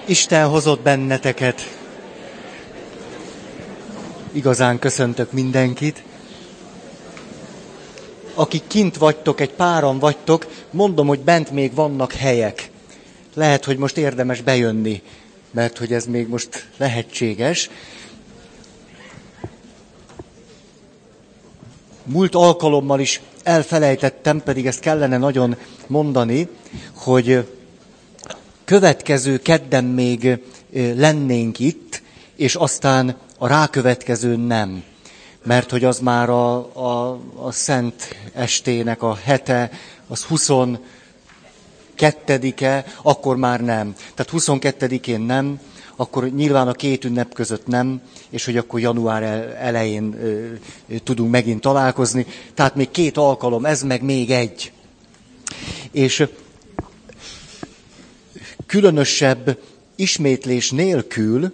Isten hozott benneteket. Igazán köszöntök mindenkit. Akik kint vagytok, egy páran vagytok, mondom, hogy bent még vannak helyek. Lehet, hogy most érdemes bejönni, mert hogy ez még most lehetséges. Múlt alkalommal is elfelejtettem, pedig ezt kellene nagyon mondani, hogy következő kedden még lennénk itt, és aztán a rákövetkezőn nem. Mert hogy az már a Szent Estének a hete, az 22-e, akkor már nem. Tehát 22-én nem, akkor nyilván a két ünnep között nem, és hogy akkor január elején tudunk megint találkozni. Tehát még 2 alkalom, ez meg még egy. És különösebb ismétlés nélkül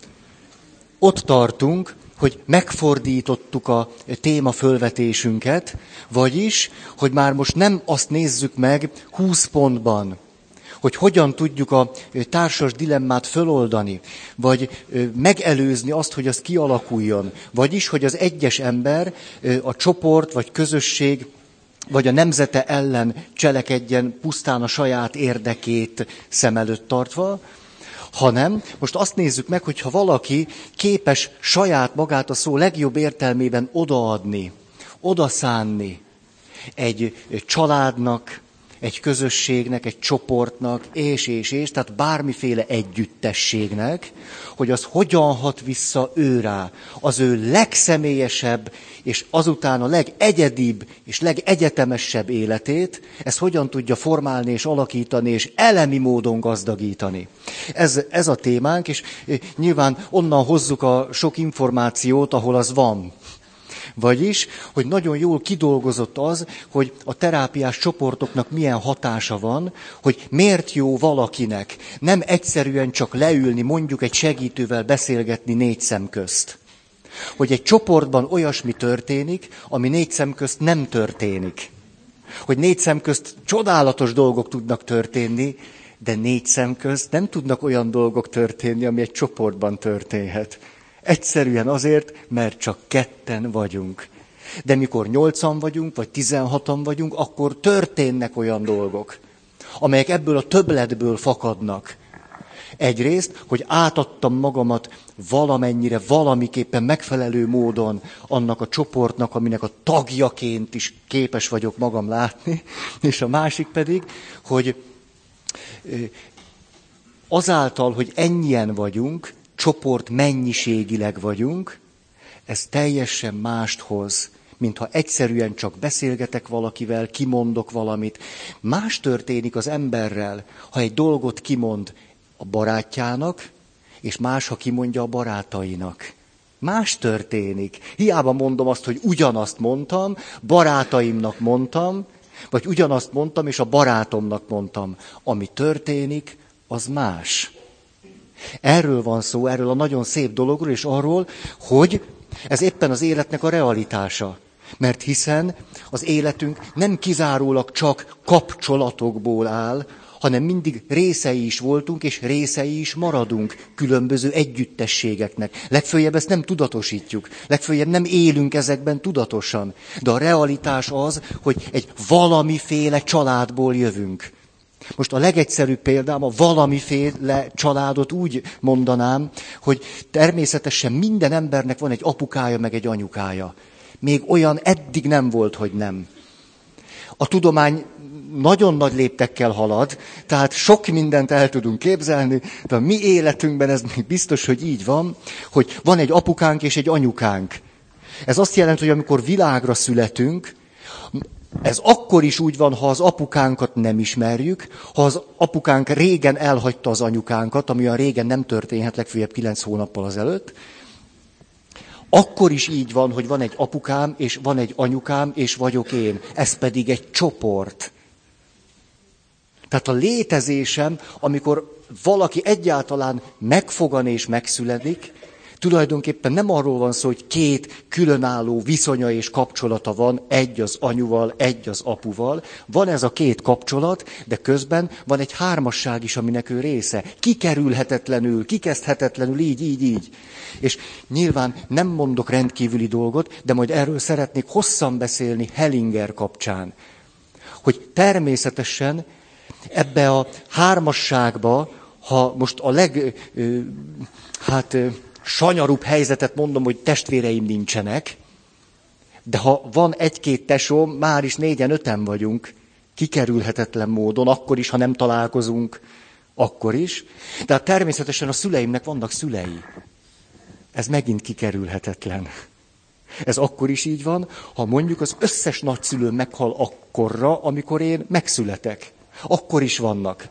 ott tartunk, hogy megfordítottuk a témafölvetésünket, vagyis, hogy már most nem azt nézzük meg 20 pontban, hogy hogyan tudjuk a társas dilemmát föloldani, vagy megelőzni azt, hogy az kialakuljon, vagyis, hogy az egyes ember, a csoport, vagy közösség, vagy a nemzete ellen cselekedjen pusztán a saját érdekét szem előtt tartva, hanem most azt nézzük meg, hogyha valaki képes saját magát a szó legjobb értelmében odaadni, odaszánni egy családnak, egy közösségnek, egy csoportnak, és, tehát bármiféle együttességnek, hogy az hogyan hat vissza ő rá, az ő legszemélyesebb, és azután a legegyedibb és legegyetemesebb életét, ezt hogyan tudja formálni és alakítani, és elemi módon gazdagítani. Ez a témánk, és nyilván onnan hozzuk a sok információt, ahol az van. Vagyis, hogy nagyon jól kidolgozott az, hogy a terápiás csoportoknak milyen hatása van, hogy miért jó valakinek nem egyszerűen csak leülni, mondjuk egy segítővel beszélgetni 4 szem közt. Hogy egy csoportban olyasmi történik, ami 4 szem közt nem történik. Hogy 4 szem közt csodálatos dolgok tudnak történni, de 4 szem közt nem tudnak olyan dolgok történni, ami egy csoportban történhet. Egyszerűen azért, mert csak 2 vagyunk. De mikor 8-an vagyunk, vagy 16-an vagyunk, akkor történnek olyan dolgok, amelyek ebből a többletből fakadnak. Egyrészt, hogy átadtam magamat valamennyire, valamiképpen megfelelő módon annak a csoportnak, aminek a tagjaként is képes vagyok magam látni, és a másik pedig, hogy azáltal, hogy ennyien vagyunk, csoport mennyiségileg vagyunk, ez teljesen mást hoz, mintha egyszerűen csak beszélgetek valakivel, kimondok valamit. Más történik az emberrel, ha egy dolgot kimond a barátjának, és más, ha kimondja a barátainak. Más történik. Hiába mondom azt, hogy ugyanazt mondtam, barátaimnak mondtam, vagy ugyanazt mondtam, és a barátomnak mondtam. Ami történik, az más. Erről van szó, erről a nagyon szép dologról, és arról, hogy ez éppen az életnek a realitása. Mert hiszen az életünk nem kizárólag csak kapcsolatokból áll, hanem mindig részei is voltunk, és részei is maradunk különböző együttességeknek. Legföljebb ezt nem tudatosítjuk, legföljebb nem élünk ezekben tudatosan. De a realitás az, hogy egy valamiféle családból jövünk. Most a legegyszerűbb példám, a valamiféle családot úgy mondanám, hogy természetesen minden embernek van egy apukája, meg egy anyukája. Még olyan eddig nem volt, hogy nem. A tudomány nagyon nagy léptekkel halad, tehát sok mindent el tudunk képzelni, de a mi életünkben ez még biztos, hogy így van, hogy van egy apukánk és egy anyukánk. Ez azt jelenti, hogy amikor világra születünk, ez akkor is úgy van, ha az apukánkat nem ismerjük, ha az apukánk régen elhagyta az anyukánkat, ami olyan régen nem történhet, legfeljebb 9 hónappal azelőtt, akkor is így van, hogy van egy apukám, és van egy anyukám, és vagyok én. Ez pedig egy csoport. Tehát a létezésem, amikor valaki egyáltalán megfogan és megszületik, Tulajdonképpen nem arról van szó, hogy két különálló viszonya és kapcsolata van, egy az anyuval, egy az apuval. Van ez a két kapcsolat, de közben van egy hármasság is, aminek ő része. Kikerülhetetlenül, kikezdhetetlenül, így. És nyilván nem mondok rendkívüli dolgot, de majd erről szeretnék hosszan beszélni Hellinger kapcsán. Hogy természetesen ebbe a hármasságba, ha most a sanyarúbb helyzetet mondom, hogy testvéreim nincsenek, de ha van egy-két tesóm, már is 4-5 vagyunk, kikerülhetetlen módon, akkor is, ha nem találkozunk, akkor is. De természetesen a szüleimnek vannak szülei. Ez megint kikerülhetetlen. Ez akkor is így van, ha mondjuk az összes nagyszülőm meghal akkorra, amikor én megszületek. Akkor is vannak.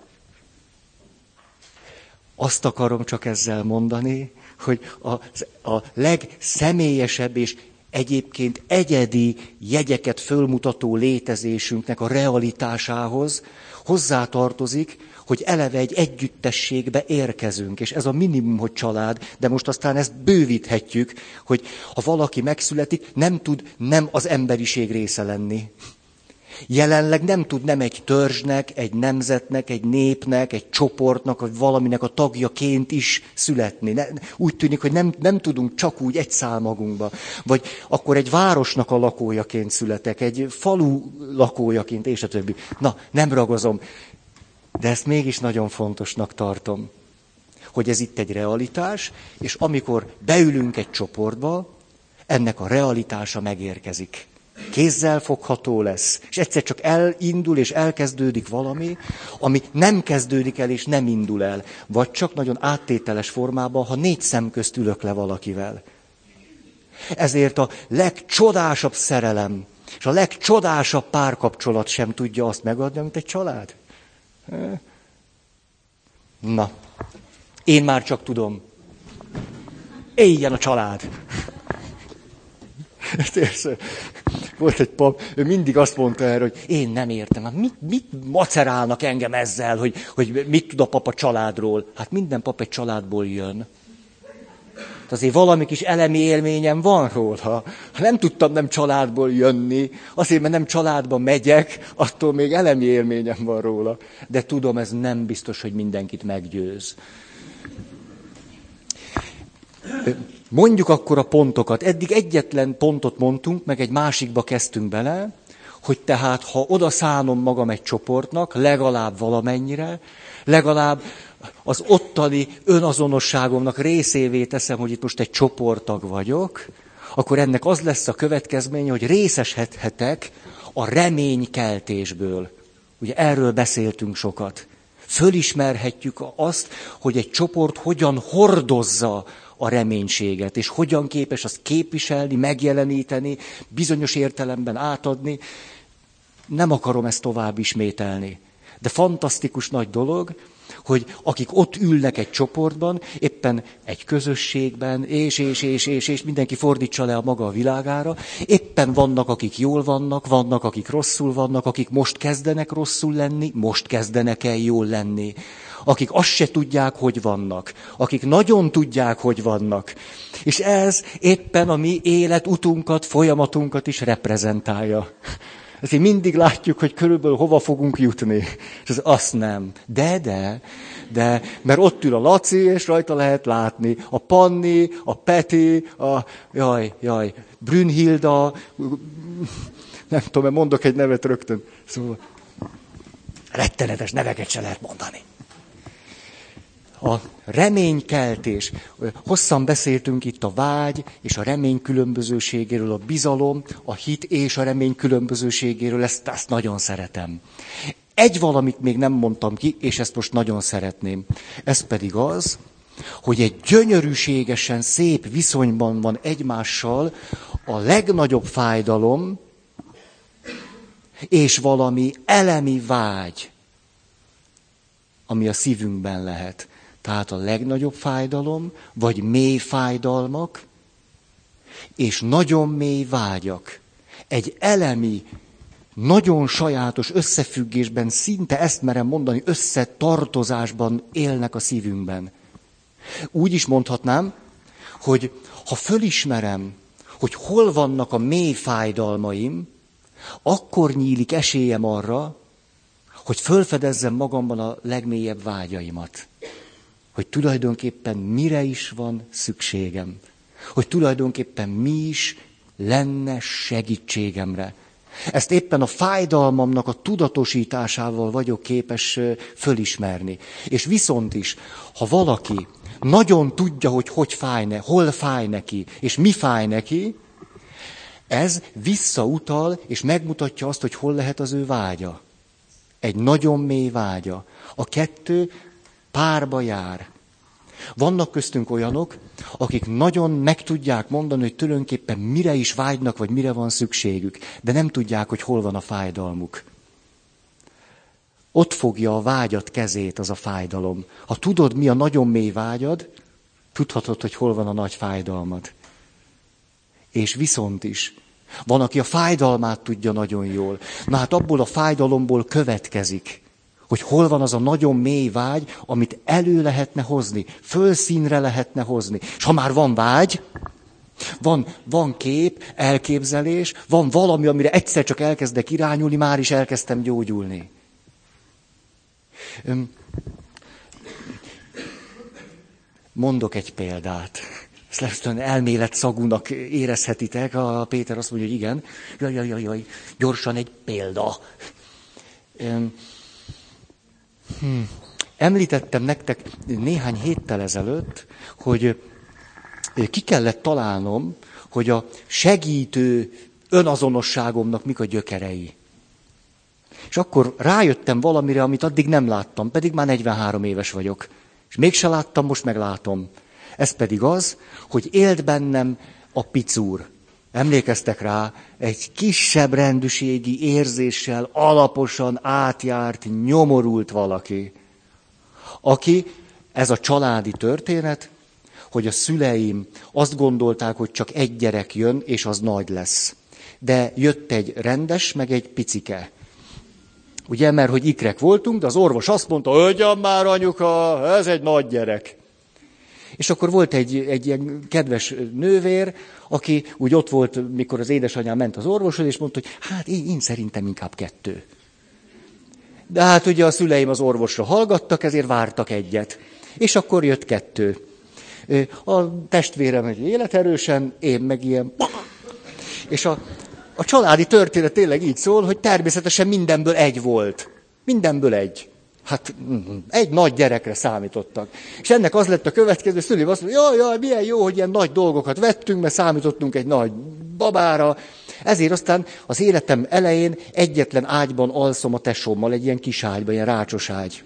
Azt akarom csak ezzel mondani, hogy a legszemélyesebb és egyébként egyedi jegyeket fölmutató létezésünknek a realitásához hozzátartozik, hogy eleve egy együttességbe érkezünk, és ez a minimum, hogy család, de most aztán ezt bővíthetjük, hogy ha valaki megszületik, nem tud nem az emberiség része lenni. Jelenleg nem tud nem egy törzsnek, egy nemzetnek, egy népnek, egy csoportnak, vagy valaminek a tagjaként is születni. Úgy tűnik, hogy nem tudunk csak úgy egy szál magunkba. Vagy akkor egy városnak a lakójaként születek, egy falu lakójaként, és a többi. Na, nem ragozom, de ezt mégis nagyon fontosnak tartom, hogy ez itt egy realitás, és amikor beülünk egy csoportba, ennek a realitása megérkezik. Kézzel fogható lesz, és egyszer csak elindul és elkezdődik valami, ami nem kezdődik el és nem indul el, vagy csak nagyon áttételes formában, ha 4 szem közt ülök le valakivel. Ezért a legcsodásabb szerelem, és a legcsodásabb párkapcsolat sem tudja azt megadni, mint egy család. Na, én már csak tudom. Éljen a család! Volt egy pap, ő mindig azt mondta erre, hogy én nem értem, hát mit macerálnak engem ezzel, hogy mit tud a pap a családról. Hát minden pap egy családból jön. Azért valami kis elemi élményem van róla. Ha nem tudtam nem családból jönni, azért, mert nem családba megyek, attól még elemi élményem van róla. De tudom, ez nem biztos, hogy mindenkit meggyőz. Mondjuk akkor a pontokat. Eddig egyetlen pontot mondtunk, meg egy másikba kezdtünk bele, hogy tehát, ha oda szánom magam egy csoportnak, legalább valamennyire, legalább az ottani önazonosságomnak részévé teszem, hogy itt most egy csoporttag vagyok, akkor ennek az lesz a következménye, hogy részesedhetek a reménykeltésből. Ugye erről beszéltünk sokat. Fölismerhetjük azt, hogy egy csoport hogyan hordozza a reménységet, és hogyan képes azt képviselni, megjeleníteni, bizonyos értelemben átadni. Nem akarom ezt tovább ismételni. De fantasztikus nagy dolog, hogy akik ott ülnek egy csoportban, éppen egy közösségben, és mindenki fordítsa le a maga a világára, éppen vannak, akik jól vannak, akik rosszul vannak, akik most kezdenek rosszul lenni, most kezdenek el jól lenni. Akik azt se tudják, hogy vannak. Akik nagyon tudják, hogy vannak. És ez éppen a mi életutunkat, folyamatunkat is reprezentálja. Ezért mindig látjuk, hogy körülbelül hova fogunk jutni. És ez azt nem. De, mert ott ül a Laci, és rajta lehet látni. A Panni, a Peti, Brünnhilda, nem tudom, mondok egy nevet rögtön. Szóval rettenetes neveket se lehet mondani. A reménykeltés. Hosszan beszéltünk itt a vágy és a remény különbözőségéről, a bizalom, a hit és a remény különbözőségéről, ezt nagyon szeretem. Egy valamit még nem mondtam ki, és ezt most nagyon szeretném. Ez pedig az, hogy egy gyönyörűségesen szép viszonyban van egymással a legnagyobb fájdalom és valami elemi vágy, ami a szívünkben lehet. Tehát a legnagyobb fájdalom, vagy mély fájdalmak, és nagyon mély vágyak. Egy elemi, nagyon sajátos összefüggésben, szinte ezt merem mondani, összetartozásban élnek a szívünkben. Úgy is mondhatnám, hogy ha fölismerem, hogy hol vannak a mély fájdalmaim, akkor nyílik esélyem arra, hogy fölfedezzem magamban a legmélyebb vágyaimat. Hogy tulajdonképpen mire is van szükségem. Hogy tulajdonképpen mi is lenne segítségemre. Ezt éppen a fájdalmamnak a tudatosításával vagyok képes fölismerni. És viszont is, ha valaki nagyon tudja, hogy fáj hol fáj neki, és mi fáj neki, ez visszautal, és megmutatja azt, hogy hol lehet az ő vágya. Egy nagyon mély vágya. A kettő párba jár. Vannak köztünk olyanok, akik nagyon meg tudják mondani, hogy tulajdonképpen mire is vágynak, vagy mire van szükségük, de nem tudják, hogy hol van a fájdalmuk. Ott fogja a vágyat kezét az a fájdalom. Ha tudod, mi a nagyon mély vágyad, tudhatod, hogy hol van a nagy fájdalmad. És viszont is, van, aki a fájdalmát tudja nagyon jól. Na hát abból a fájdalomból következik, hogy hol van az a nagyon mély vágy, amit elő lehetne hozni, fölszínre lehetne hozni. És ha már van vágy, van kép, elképzelés, van valami, amire egyszer csak elkezdek irányulni, már is elkezdtem gyógyulni. Mondok egy példát. Ezt lesz elmélet szagúnak érezhetitek. A Péter azt mondja, hogy igen. Jaj, gyorsan egy példa. Említettem nektek néhány héttel ezelőtt, hogy ki kellett találnom, hogy a segítő önazonosságomnak mik a gyökerei. És akkor rájöttem valamire, amit addig nem láttam, pedig már 43 éves vagyok. És mégse láttam, most meglátom. Ez pedig az, hogy élt bennem a picúr. Emlékeztek rá, egy kisebb rendűségi érzéssel alaposan átjárt, nyomorult valaki. Aki, ez a családi történet, hogy a szüleim azt gondolták, hogy csak egy gyerek jön, és az nagy lesz. De jött egy rendes, meg egy picike. Ugye, mert hogy ikrek voltunk, de az orvos azt mondta, ögyam már anyuka, ez egy nagy gyerek. És akkor volt egy ilyen kedves nővér, aki úgy ott volt, mikor az édesanyám ment az orvoshoz, és mondta, hogy hát én szerintem inkább 2. De hát ugye a szüleim az orvosra hallgattak, ezért vártak egyet. És akkor jött 2. A testvérem egy életerősen, én meg ilyen. És a családi történet tényleg így szól, hogy természetesen mindenből egy volt. Mindenből egy. Hát egy nagy gyerekre számítottak. És ennek az lett a következő, szüleim azt mondja, jaj, milyen jó, hogy ilyen nagy dolgokat vettünk, mert számítottunk egy nagy babára. Ezért aztán az életem elején egyetlen ágyban alszom a tesómmal, egy ilyen kis ágyban, ilyen rácsos ágy.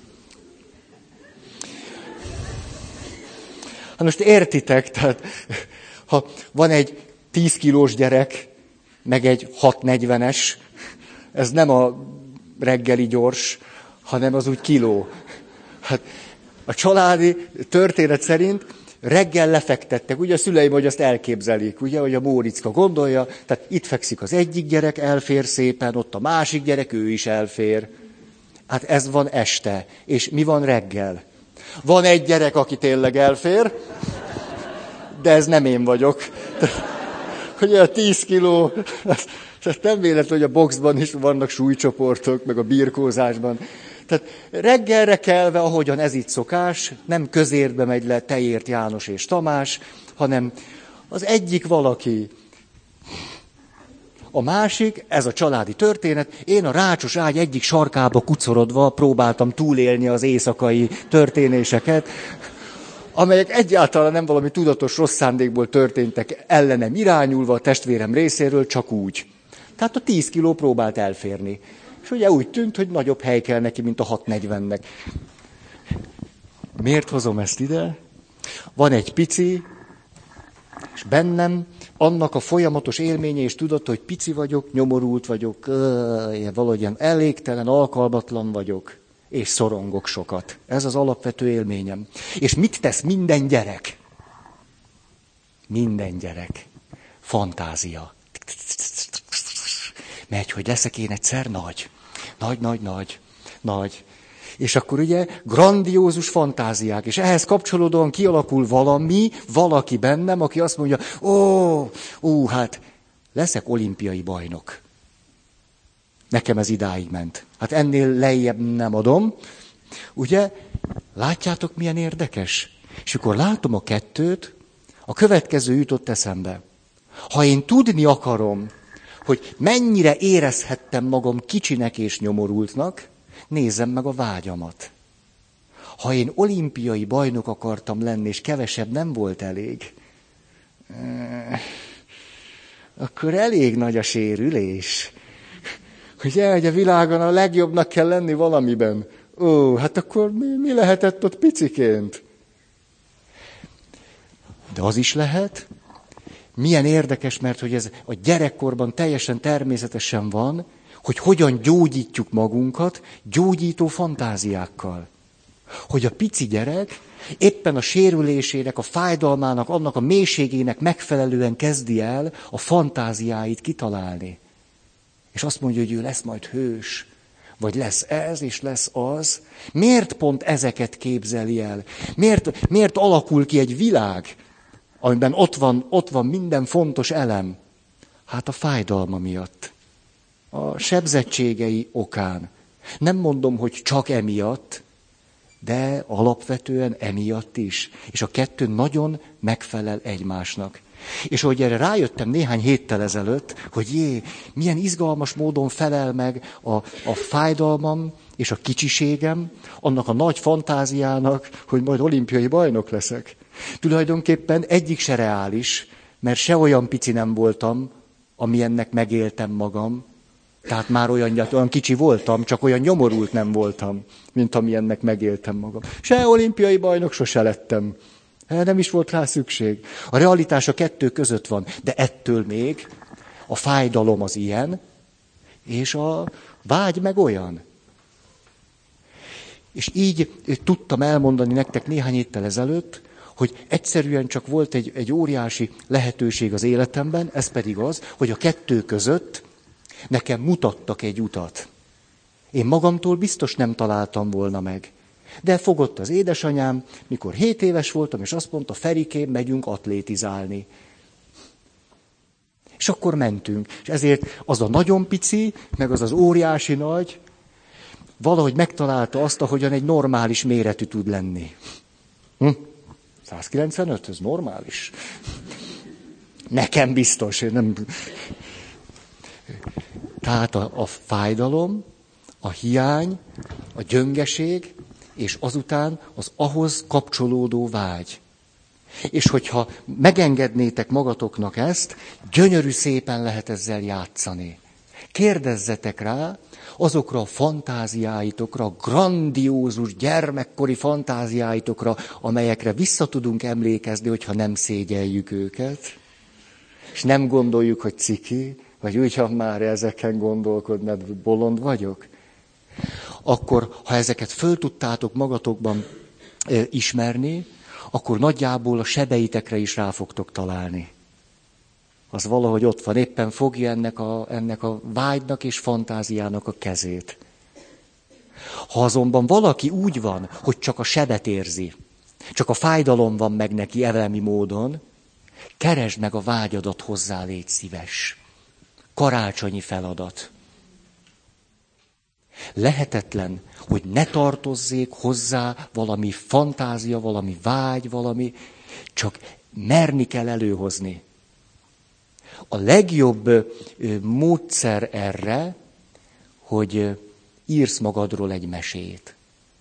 Hát most értitek, tehát ha van egy 10 kilós gyerek, meg egy 640-es, ez nem a reggeli gyors, hanem az úgy kiló. Hát a családi történet szerint reggel lefektettek, ugye a szüleim, hogy azt elképzelik, ugye, hogy a Móriczka gondolja, tehát itt fekszik az egyik gyerek, elfér szépen, ott a másik gyerek, ő is elfér. Hát ez van este, és mi van reggel? Van egy gyerek, aki tényleg elfér, de ez nem én vagyok. Hogy a 10 kiló, nem véletlen, hogy a boxban is vannak súlycsoportok, meg a birkózásban. Tehát reggelre kelve, ahogyan ez itt szokás, nem közértbe megy le Tejért János és Tamás, hanem az egyik valaki. A másik, ez a családi történet, én a rácsos ágy egyik sarkába kucorodva próbáltam túlélni az éjszakai történéseket, amelyek egyáltalán nem valami tudatos rossz szándékból történtek ellenem irányulva a testvérem részéről, csak úgy. Tehát a 10 kiló próbált elférni. És ugye úgy tűnt, hogy nagyobb hely kell neki, mint a 640-nek. Miért hozom ezt ide? Van egy pici, és bennem annak a folyamatos élménye és tudata, hogy pici vagyok, nyomorult vagyok, valahogyan elégtelen, alkalmatlan vagyok, és szorongok sokat. Ez az alapvető élményem. És mit tesz minden gyerek? Minden gyerek. Fantázia. Megy, hogy leszek én egyszer nagy. Nagy. És akkor ugye grandiózus fantáziák, és ehhez kapcsolódóan kialakul valaki bennem, aki azt mondja, hát leszek olimpiai bajnok. Nekem ez idáig ment. Hát ennél lejjebb nem adom. Ugye, látjátok milyen érdekes? És akkor látom a kettőt, a következő jutott eszembe. Ha én tudni akarom, hogy mennyire érezhettem magam kicsinek és nyomorultnak, nézzem meg a vágyamat. Ha én olimpiai bajnok akartam lenni, és kevesebb nem volt elég, akkor elég nagy a sérülés. Ugye, hogy a világon a legjobbnak kell lenni valamiben. Hát akkor mi lehetett ott piciként? De az is lehet. Milyen érdekes, mert hogy ez a gyerekkorban teljesen természetesen van, hogy hogyan gyógyítjuk magunkat gyógyító fantáziákkal. Hogy a pici gyerek éppen a sérülésének, a fájdalmának, annak a mélységének megfelelően kezdi el a fantáziáit kitalálni. És azt mondja, hogy ő lesz majd hős, vagy lesz ez, és lesz az. Miért pont ezeket képzeli el? Miért alakul ki egy világ, amiben ott van minden fontos elem? Hát a fájdalma miatt. A sebzettségei okán. Nem mondom, hogy csak emiatt, de alapvetően emiatt is. És a kettő nagyon megfelel egymásnak. És ahogy erre rájöttem néhány héttel ezelőtt, hogy milyen izgalmas módon felel meg a fájdalmam és a kicsiségem, annak a nagy fantáziának, hogy majd olimpiai bajnok leszek. Tulajdonképpen egyik se reális, mert se olyan pici nem voltam, amilyennek megéltem magam, tehát már olyan kicsi voltam, csak olyan nyomorult nem voltam, mint amilyennek megéltem magam. Se olimpiai bajnok sose lettem. Nem is volt rá szükség. A realitás a kettő között van, de ettől még a fájdalom az ilyen, és a vágy meg olyan. És így tudtam elmondani nektek néhány héttel ezelőtt, hogy egyszerűen csak volt egy óriási lehetőség az életemben, ez pedig az, hogy a kettő között nekem mutattak egy utat. Én magamtól biztos nem találtam volna meg. De fogott az édesanyám, mikor 7 éves voltam, és azt mondta, Ferikém, megyünk atlétizálni. És akkor mentünk. És ezért az a nagyon pici, meg az óriási nagy, valahogy megtalálta azt, ahogyan egy normális méretű tud lenni. 195, ez normális. Nekem biztos, én nem... Tehát a fájdalom, a hiány, a gyöngeség, és azután az ahhoz kapcsolódó vágy. És hogyha megengednétek magatoknak ezt, gyönyörű szépen lehet ezzel játszani. Kérdezzetek rá azokra a fantáziáitokra, a grandiózus gyermekkori fantáziáitokra, amelyekre vissza tudunk emlékezni, hogyha nem szégyeljük őket, és nem gondoljuk, hogy ciki, vagy úgy, ha már ezeken gondolkod, mert bolond vagyok. Akkor, ha ezeket föl tudtátok magatokban ismerni, akkor nagyjából a sebeitekre is rá fogtok találni. Az valahogy ott van, éppen fogja ennek a vágynak és fantáziának a kezét. Ha azonban valaki úgy van, hogy csak a sebet érzi, csak a fájdalom van meg neki elemi módon, keresd meg a vágyadat hozzá, légy szíves. Karácsonyi feladat. Lehetetlen, hogy ne tartozzék hozzá valami fantázia, valami vágy, csak merni kell előhozni. A legjobb módszer erre, hogy írsz magadról egy mesét.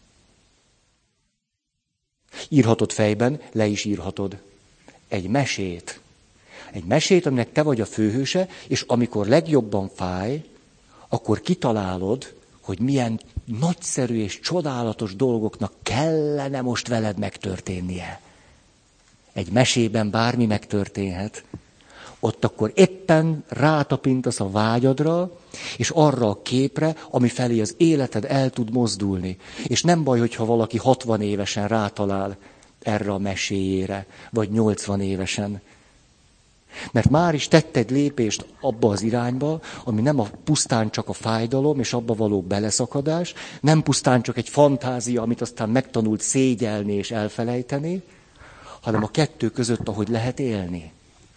Írhatod fejben, le is írhatod. Egy mesét. Egy mesét, aminek te vagy a főhőse, és amikor legjobban fáj, akkor kitalálod, hogy milyen nagyszerű és csodálatos dolgoknak kellene most veled megtörténnie. Egy mesében bármi megtörténhet. Ott akkor éppen rátapintasz a vágyadra, és arra a képre, ami felé az életed el tud mozdulni. És nem baj, hogyha valaki 60 évesen rátalál erre a meséjére, vagy 80 évesen. Mert már is tett egy lépést abba az irányba, ami nem a pusztán csak a fájdalom és abba való beleszakadás, nem pusztán csak egy fantázia, amit aztán megtanult szégyelni és elfelejteni, hanem a kettő között, ahogy lehet élni.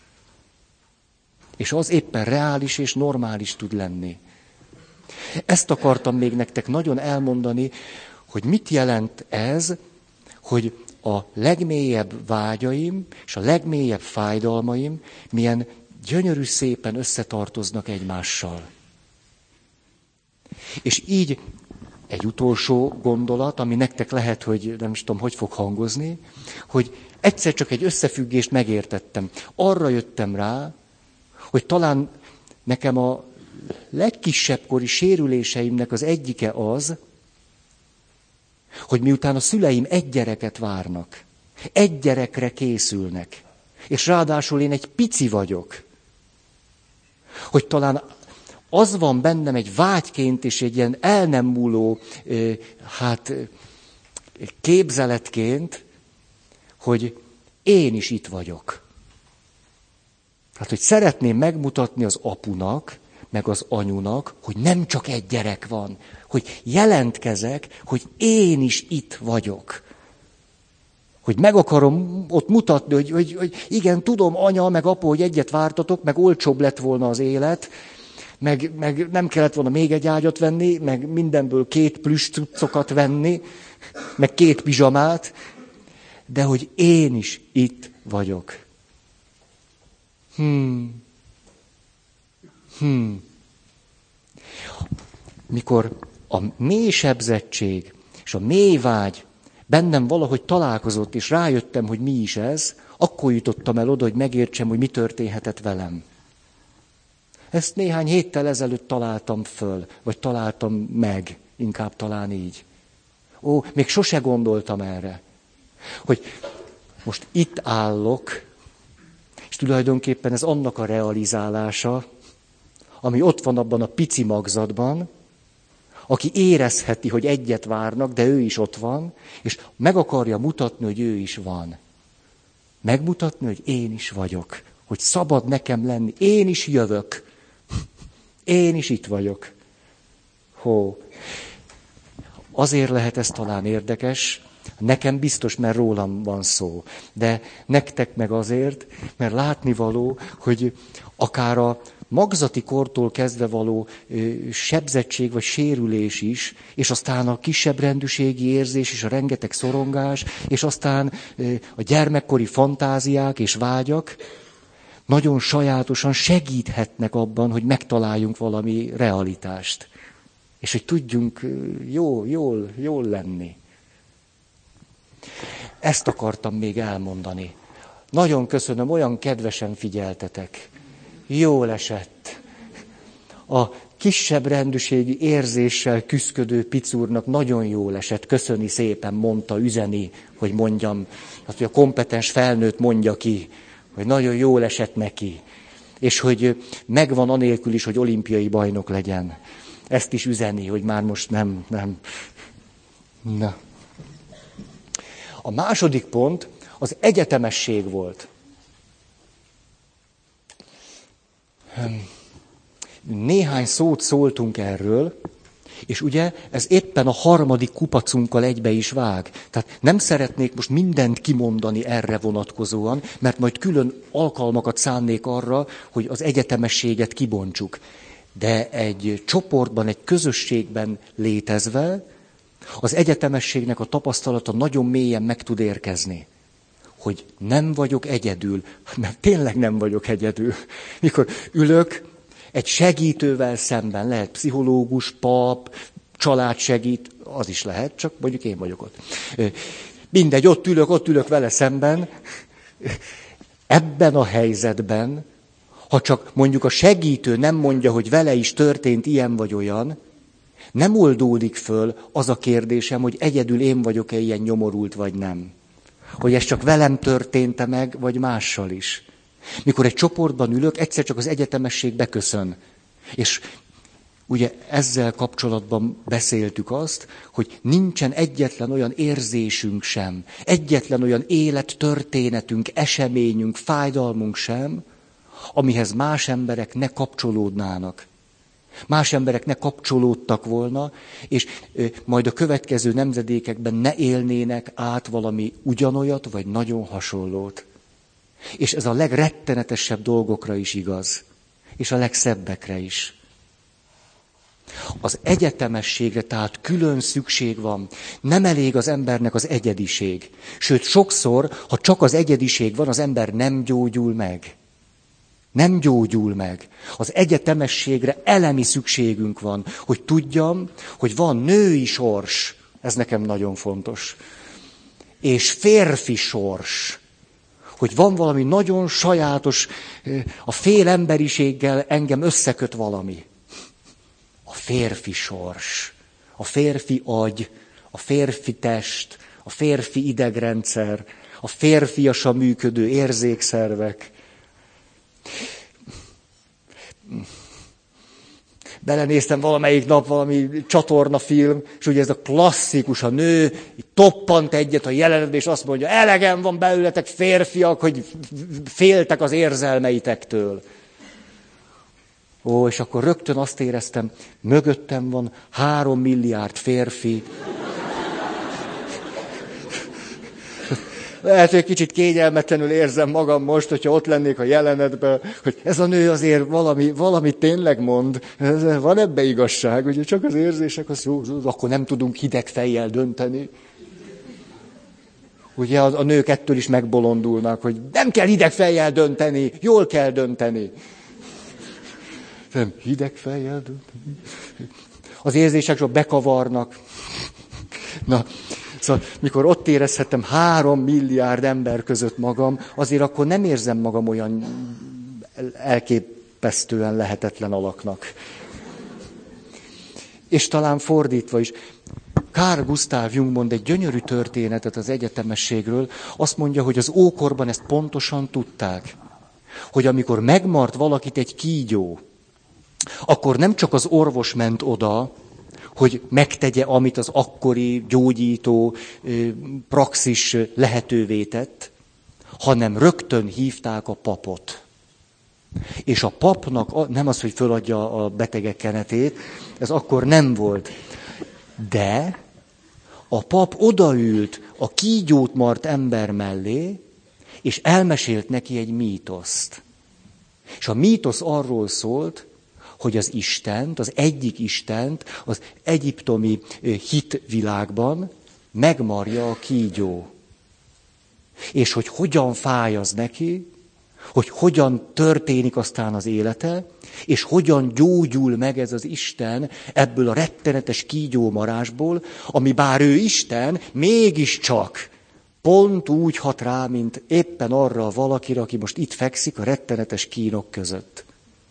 És az éppen reális és normális tud lenni. Ezt akartam még nektek nagyon elmondani, hogy mit jelent ez, hogy a legmélyebb vágyaim és a legmélyebb fájdalmaim milyen gyönyörű szépen összetartoznak egymással. És így egy utolsó gondolat, ami nektek lehet, hogy nem is tudom, hogy fog hangozni, hogy egyszer csak egy összefüggést megértettem. Arra jöttem rá, hogy talán nekem a legkisebbkori sérüléseimnek az egyike az, hogy miután a szüleim egy gyereket várnak, egy gyerekre készülnek, és ráadásul én egy pici vagyok, hogy talán az van bennem egy vágyként és egy ilyen el nem múló képzeletként, hogy én is itt vagyok. Hát, hogy szeretném megmutatni az apunak, meg az anyunak, hogy nem csak egy gyerek van, hogy jelentkezek, hogy én is itt vagyok. Hogy meg akarom ott mutatni, hogy igen, tudom, anya, meg apa, hogy egyet vártatok, meg olcsóbb lett volna az élet, meg nem kellett volna még egy ágyat venni, meg mindenből 2 plüss cuccokat venni, meg 2 pizsamát, de hogy én is itt vagyok. Mikor a mély sebzettség és a mély vágy bennem valahogy találkozott, és rájöttem, hogy mi is ez, akkor jutottam el oda, hogy megértsem, hogy mi történhetett velem. Ezt néhány héttel ezelőtt találtam föl, vagy találtam meg, inkább talán így. Még sose gondoltam erre, hogy most itt állok, és tulajdonképpen ez annak a realizálása, ami ott van abban a pici magzatban, aki érezheti, hogy egyet várnak, de ő is ott van, és meg akarja mutatni, hogy ő is van. Megmutatni, hogy én is vagyok, hogy szabad nekem lenni, én is jövök, én is itt vagyok. Azért lehet ez talán érdekes, nekem biztos, mert rólam van szó, de nektek meg azért, mert látnivaló, hogy akár a magzati kortól kezdve való sebzettség vagy sérülés is, és aztán a kisebb rendűségi érzés és a rengeteg szorongás, és aztán a gyermekkori fantáziák és vágyak nagyon sajátosan segíthetnek abban, hogy megtaláljunk valami realitást. És hogy tudjunk jól lenni. Ezt akartam még elmondani. Nagyon köszönöm, olyan kedvesen figyeltetek. Jól esett. A kisebb rendűségi érzéssel küszködő picúrnak nagyon jól esett. Köszöni szépen, mondta, üzeni, hogy mondjam. Hát, hogy a kompetens felnőtt mondja ki, hogy nagyon jól esett neki. És hogy megvan anélkül is, hogy olimpiai bajnok legyen. Ezt is üzeni, hogy már most nem. Na. A második pont az egyetemesség volt. Néhány szót szóltunk erről, és ugye ez éppen a harmadik kupacunkkal egybe is vág. Tehát nem szeretnék most mindent kimondani erre vonatkozóan, mert majd külön alkalmakat szánnék arra, hogy az egyetemességet kibontsuk. De egy csoportban, egy közösségben létezve, az egyetemességnek a tapasztalata nagyon mélyen meg tud érkezni. Hogy nem vagyok egyedül, mert tényleg nem vagyok egyedül. Mikor ülök egy segítővel szemben, lehet pszichológus, pap, családsegít, az is lehet, csak mondjuk én vagyok ott. Mindegy, ott ülök vele szemben. Ebben a helyzetben, ha csak mondjuk a segítő nem mondja, hogy vele is történt ilyen vagy olyan, nem oldódik föl az a kérdésem, hogy egyedül én vagyok-e ilyen nyomorult, vagy nem. Hogy ez csak velem történt-e meg, vagy mással is. Mikor egy csoportban ülök, egyszer csak az egyetemesség beköszön. És ugye ezzel kapcsolatban beszéltük azt, hogy nincsen egyetlen olyan érzésünk sem, egyetlen olyan élettörténetünk, eseményünk, fájdalmunk sem, amihez más emberek ne kapcsolódnának. Más emberek ne kapcsolódtak volna, és majd a következő nemzedékekben ne élnének át valami ugyanolyat, vagy nagyon hasonlót. És ez a legrettenetesebb dolgokra is igaz, és a legszebbekre is. Az egyetemességre tehát külön szükség van. Nem elég az embernek az egyediség. Sőt, sokszor, ha csak az egyediség van, az ember nem gyógyul meg. Nem gyógyul meg. Az egyetemességre elemi szükségünk van, hogy tudjam, hogy van női sors, ez nekem nagyon fontos, és férfi sors, hogy van valami nagyon sajátos, a fél emberiséggel engem összeköt valami. A férfi sors, a férfi agy, a férfi test, a férfi idegrendszer, a férfiasan működő érzékszervek. Belenéztem valamelyik nap valami csatornafilm, és ugye ez a klasszikus, a nő toppant egyet a jelenetbe, és azt mondja, elegem van belőletek férfiak, hogy féltek az érzelmeitektől. Ó, és akkor rögtön azt éreztem, mögöttem van 3 milliárd férfi. Lehet, hogy kicsit kényelmetlenül érzem magam most, hogyha ott lennék a jelenetben, hogy ez a nő azért valami tényleg mond. Van ebbe igazság, ugye csak az érzések, akkor nem tudunk hideg fejjel dönteni. Ugye a nők ettől is megbolondulnak, hogy nem kell hideg fejjel dönteni, jól kell dönteni. Nem, hideg fejjel dönteni. Az érzések csak bekavarnak. Na, szóval, mikor ott érezhetem 3 milliárd ember között magam, azért akkor nem érzem magam olyan elképesztően lehetetlen alaknak. És talán fordítva is. Carl Gustav Jung mond egy gyönyörű történetet az egyetemességről. Azt mondja, hogy az ókorban ezt pontosan tudták. Hogy amikor megmart valakit egy kígyó, akkor nem csak az orvos ment oda, hogy megtegye, amit az akkori gyógyító praxis lehetővé tett, hanem rögtön hívták a papot. És a papnak nem az, hogy föladja a betegek kenetét, ez akkor nem volt. De a pap odaült a kígyót mart ember mellé, és elmesélt neki egy mítoszt. És a mítosz arról szólt, hogy az Istent, az egyik Istent az egyiptomi hitvilágban megmarja a kígyó. És hogy hogyan fáj az neki, hogy hogyan történik aztán az élete, és hogyan gyógyul meg ez az Isten ebből a rettenetes kígyómarásból, ami bár ő Isten, mégiscsak pont úgy hat rá, mint éppen arra a valakire, aki most itt fekszik a rettenetes kínok között.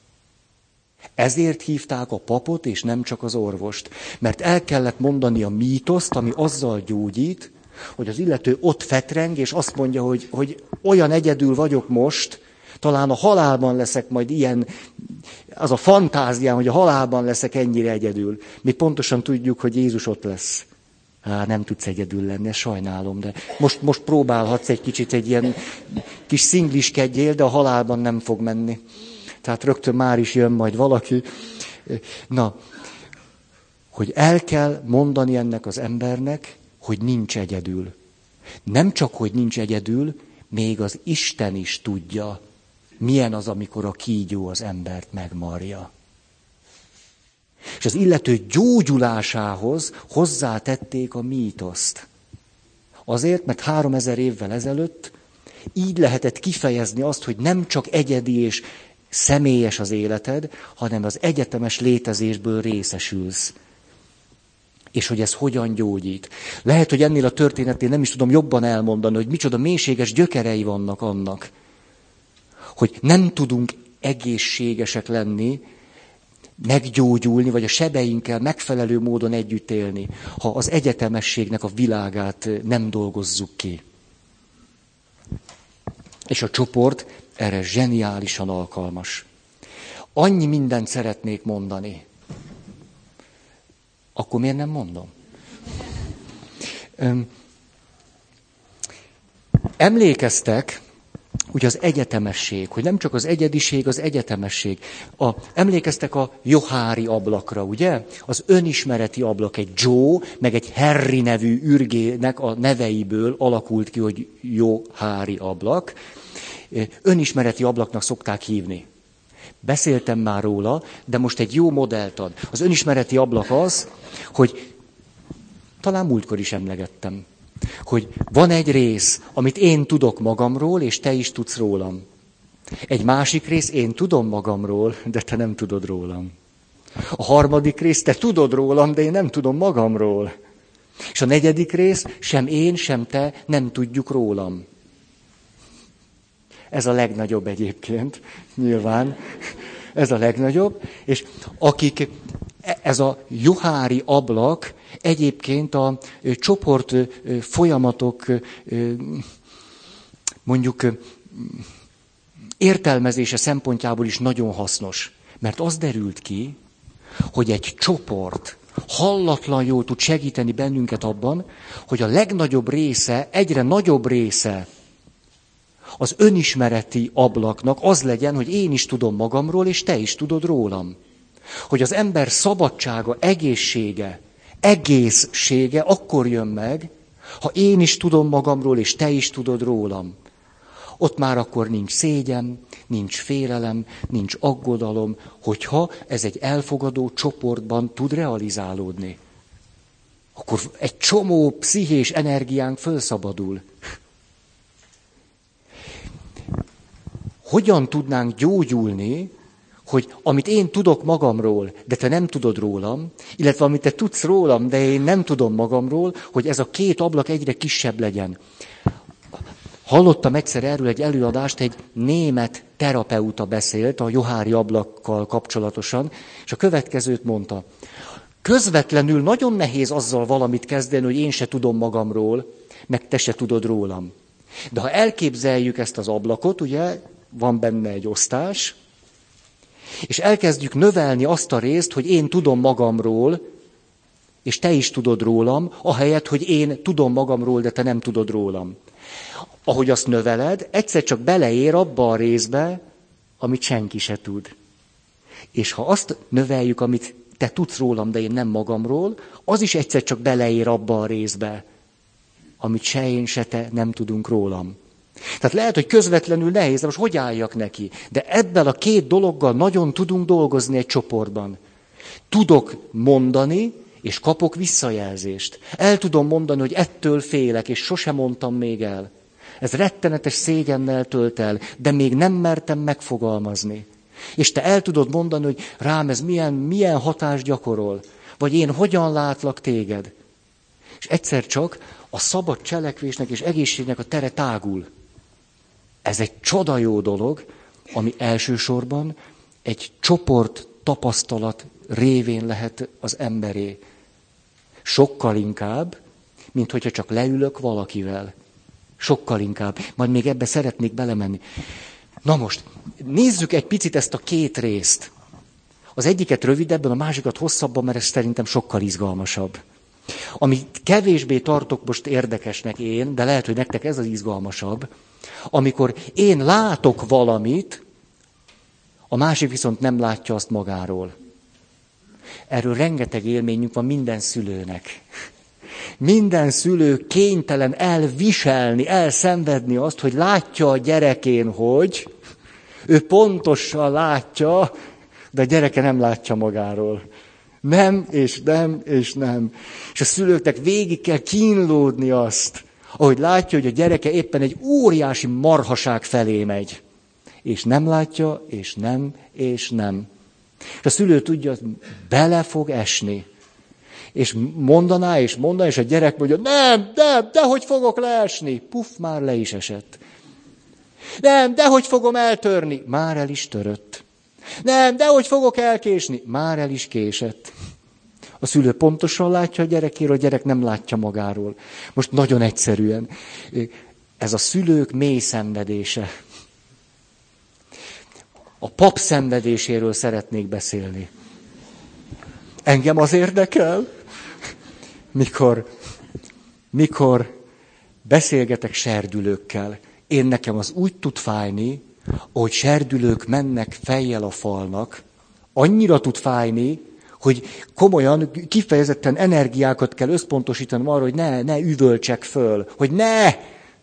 Ezért hívták a papot, és nem csak az orvost. Mert el kellett mondani a mítoszt, ami azzal gyógyít, hogy az illető ott fetreng, és azt mondja, hogy olyan egyedül vagyok most, talán a halálban leszek majd ilyen, az a fantáziám, hogy a halálban leszek ennyire egyedül. Mi pontosan tudjuk, hogy Jézus ott lesz. Nem tudsz egyedül lenni, sajnálom, de most próbálhatsz egy kicsit egy ilyen kis szingliskedjél, de a halálban nem fog menni. Tehát rögtön már is jön majd valaki. Na, hogy el kell mondani ennek az embernek, hogy nincs egyedül. Nem csak, hogy nincs egyedül, még az Isten is tudja, milyen az, amikor a kígyó az embert megmarja. És az illető gyógyulásához hozzátették a mítoszt. Azért, mert 3000 évvel ezelőtt így lehetett kifejezni azt, hogy nem csak egyedi és személyes az életed, hanem az egyetemes létezésből részesülsz. És hogy ez hogyan gyógyít. Lehet, hogy ennél a történetnél nem is tudom jobban elmondani, hogy micsoda mélységes gyökerei vannak annak, hogy nem tudunk egészségesek lenni, meggyógyulni, vagy a sebeinkkel megfelelő módon együtt élni, ha az egyetemességnek a világát nem dolgozzuk ki. És a csoport erre zseniálisan alkalmas. Annyi mindent szeretnék mondani. Akkor miért nem mondom? Emlékeztek, ugye az egyetemesség, hogy nem csak az egyediség, az egyetemesség. Emlékeztek a Johári ablakra, ugye? Az önismereti ablak, egy Joe, meg egy Harry nevű ürgének a neveiből alakult ki, hogy Johári ablak. Önismereti ablaknak szokták hívni. Beszéltem már róla, de most egy jó modellt ad. Az önismereti ablak az, hogy talán múltkor is emlegettem, hogy van egy rész, amit én tudok magamról, és te is tudsz rólam. Egy másik rész, én tudom magamról, de te nem tudod rólam. A harmadik rész, te tudod rólam, de én nem tudom magamról. És a negyedik rész, sem én, sem te nem tudjuk rólam. Ez a legnagyobb egyébként, nyilván. Ez a legnagyobb. És akik, ez a Johári ablak egyébként a csoport folyamatok, mondjuk értelmezése szempontjából is nagyon hasznos. Mert az derült ki, hogy egy csoport hallatlan jól tud segíteni bennünket abban, hogy a legnagyobb része, egyre nagyobb része az önismereti ablaknak az legyen, hogy én is tudom magamról, és te is tudod rólam. Hogy az ember szabadsága, egészsége akkor jön meg, ha én is tudom magamról, és te is tudod rólam. Ott már akkor nincs szégyen, nincs félelem, nincs aggodalom, hogyha ez egy elfogadó csoportban tud realizálódni. Akkor egy csomó pszichés energiánk fölszabadul. Hogyan tudnánk gyógyulni, hogy amit én tudok magamról, de te nem tudod rólam, illetve amit te tudsz rólam, de én nem tudom magamról, hogy ez a két ablak egyre kisebb legyen. Hallottam egyszer erről egy előadást, egy német terapeuta beszélt a Johári ablakkal kapcsolatosan, és a következőt mondta. Közvetlenül nagyon nehéz azzal valamit kezdeni, hogy én se tudom magamról, meg te se tudod rólam. De ha elképzeljük ezt az ablakot, ugye, van benne egy osztás, és elkezdjük növelni azt a részt, hogy én tudom magamról, és te is tudod rólam, ahelyett, hogy én tudom magamról, de te nem tudod rólam. Ahogy azt növeled, egyszer csak beleér abba a részbe, amit senki se tud. És ha azt növeljük, amit te tudsz rólam, de én nem magamról, az is egyszer csak beleér abba a részbe, amit se én, se te nem tudunk rólam. Tehát lehet, hogy közvetlenül nehéz, de most hogy álljak neki? De ebben a két dologgal nagyon tudunk dolgozni egy csoportban. Tudok mondani, és kapok visszajelzést. El tudom mondani, hogy ettől félek, és sosem mondtam még el. Ez rettenetes szégyennel tölt el, de még nem mertem megfogalmazni. És te el tudod mondani, hogy rám ez milyen hatást gyakorol, vagy én hogyan látlak téged. És egyszer csak a szabad cselekvésnek és egészségnek a tere tágul. Ez egy csoda jó dolog, ami elsősorban egy csoport tapasztalat révén lehet az emberé. Sokkal inkább, mint hogyha csak leülök valakivel. Sokkal inkább. Majd még ebbe szeretnék belemenni. Na most, nézzük egy picit ezt a két részt. Az egyiket rövidebben, a másikat hosszabban, mert ez szerintem sokkal izgalmasabb. Amit kevésbé tartok most érdekesnek én, de lehet, hogy nektek ez az izgalmasabb, amikor én látok valamit, a másik viszont nem látja azt magáról. Erről rengeteg élményünk van minden szülőnek. Minden szülő kénytelen elviselni, elszenvedni azt, hogy látja a gyerekén, hogy ő pontosan látja, de a gyereke nem látja magáról. Nem, és nem, és nem. És a szülőknek végig kell kínlódni azt, ahogy látja, hogy a gyereke éppen egy óriási marhaság felé megy. És nem látja, és nem, és nem. És a szülő tudja, hogy bele fog esni. És mondaná, és a gyerek mondja, nem, de hogy fogok leesni? Puff, már le is esett. Nem, de hogy fogom eltörni? Már el is törött. Nem, de hogy fogok elkésni? Már el is késett. A szülő pontosan látja a gyerekéről, a gyerek nem látja magáról. Most nagyon egyszerűen. Ez a szülők mély szenvedése. A pap szenvedéséről szeretnék beszélni. Engem az érdekel, mikor beszélgetek serdülőkkel. Én nekem az úgy tud fájni, ahogy serdülők mennek fejjel a falnak, annyira tud fájni, hogy komolyan, kifejezetten energiákat kell összpontosítanom arra, hogy ne üvöltsek föl, hogy ne!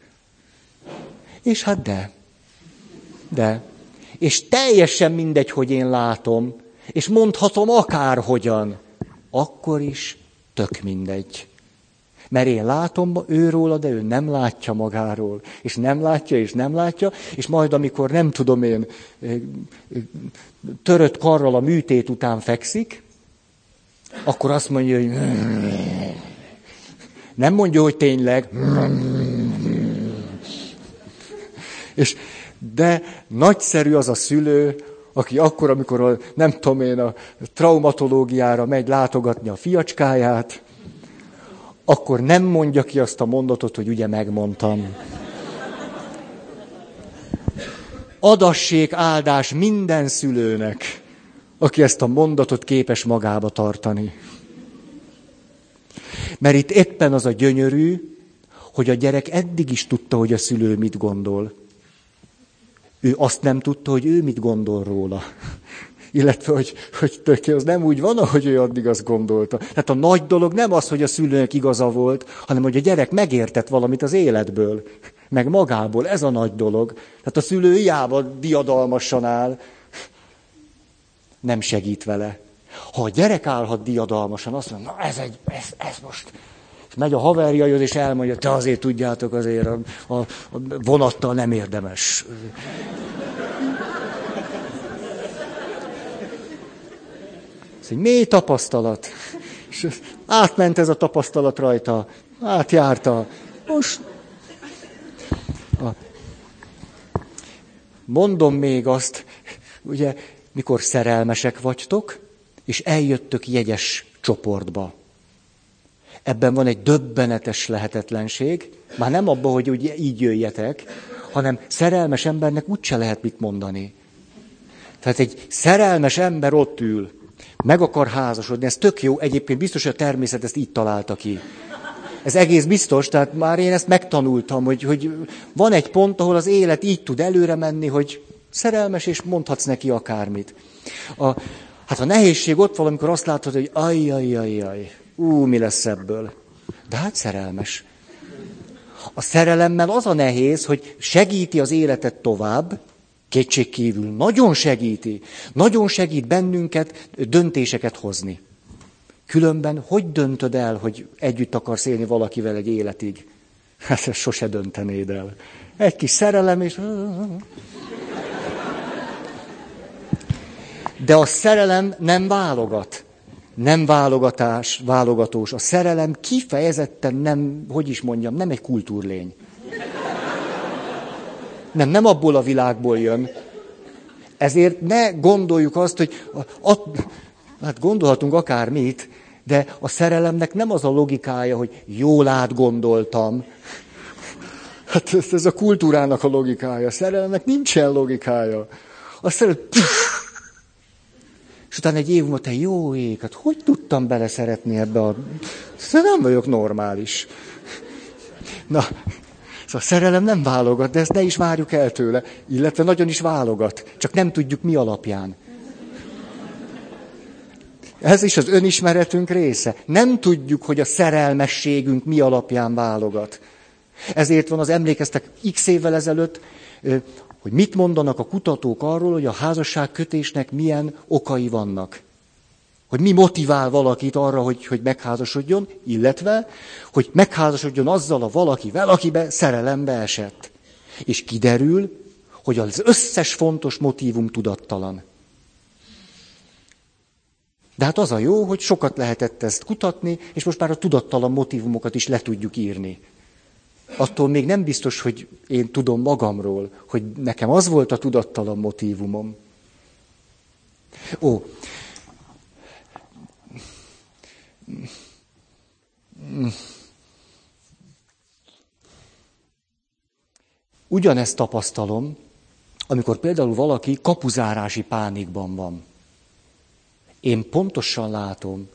És hát de. És teljesen mindegy, hogy én látom, és mondhatom akárhogyan, akkor is tök mindegy. Mert én látom őróla, de ő nem látja magáról. És nem látja, és majd amikor nem tudom én, törött karral a műtét után fekszik, akkor azt mondja, hogy nem mondja, hogy tényleg. De nagyszerű az a szülő, aki akkor, amikor nem tudom én, a traumatológiára megy látogatni a fiacskáját, akkor nem mondja ki azt a mondatot, hogy ugye megmondtam. Adassék áldás minden szülőnek, aki ezt a mondatot képes magába tartani. Mert itt éppen az a gyönyörű, hogy a gyerek eddig is tudta, hogy a szülő mit gondol. Ő azt nem tudta, hogy ő mit gondol róla. Illetve, hogy tök, az nem úgy van, ahogy ő addig azt gondolta. Tehát a nagy dolog nem az, hogy a szülőnek igaza volt, hanem hogy a gyerek megértett valamit az életből, meg magából. Ez a nagy dolog. Tehát a szülő hiába diadalmasan áll, nem segít vele. Ha a gyerek állhat diadalmasan, azt mondja, na ez most... És megy a haverja, és elmondja, te azért tudjátok, azért a vonattal nem érdemes. Ez egy mély tapasztalat. És átment ez a tapasztalat rajta. Átjárta. Most... Mondom még azt, ugye, mikor szerelmesek vagytok, és eljöttök jegyes csoportba. Ebben van egy döbbenetes lehetetlenség, már nem abban, hogy ugye így jöjjetek, hanem szerelmes embernek úgyse lehet mit mondani. Tehát egy szerelmes ember ott ül, meg akar házasodni, ez tök jó, egyébként biztos, hogy a természet ezt így találta ki. Ez egész biztos, tehát már én ezt megtanultam, hogy van egy pont, ahol az élet így tud előre menni, hogy szerelmes, és mondhatsz neki akármit. Hát a nehézség ott van, amikor azt látod, hogy ajjajjajjaj, mi lesz ebből? De hát szerelmes. A szerelemmel az a nehéz, hogy segíti az életet tovább, kétségkívül nagyon segíti. Nagyon segít bennünket döntéseket hozni. Különben hogy döntöd el, hogy együtt akarsz élni valakivel egy életig? Hát ezt sose döntenéd el. Egy kis szerelem, és... De a szerelem nem válogat. Nem válogatós. A szerelem kifejezetten nem, nem egy kultúrlény. Nem abból a világból jön. Ezért ne gondoljuk azt, hogy hát gondolhatunk akármit, de a szerelemnek nem az a logikája, hogy jól átgondoltam. Hát ez a kultúrának a logikája. A szerelemnek nincsen logikája. A szerelem... És utána egy év múlva, te jó ég, hát hogy tudtam beleszeretni ebbe a... Nem vagyok normális. Na, szóval a szerelem nem válogat, de ezt ne is várjuk el tőle. Illetve nagyon is válogat, csak nem tudjuk mi alapján. Ez is az önismeretünk része. Nem tudjuk, hogy a szerelmességünk mi alapján válogat. Ezért van, az emlékeztek x évvel ezelőtt, hogy mit mondanak a kutatók arról, hogy a házasságkötésnek milyen okai vannak. Hogy mi motivál valakit arra, hogy megházasodjon, illetve, hogy megházasodjon azzal a valakivel, akibe szerelembe esett. És kiderül, hogy az összes fontos motívum tudattalan. De hát az a jó, hogy sokat lehetett ezt kutatni, és most már a tudattalan motívumokat is le tudjuk írni. Attól még nem biztos, hogy én tudom magamról, hogy nekem az volt a tudattalan motívumom. Ugyanezt tapasztalom, amikor például valaki kapuzárási pánikban van. Én pontosan látom,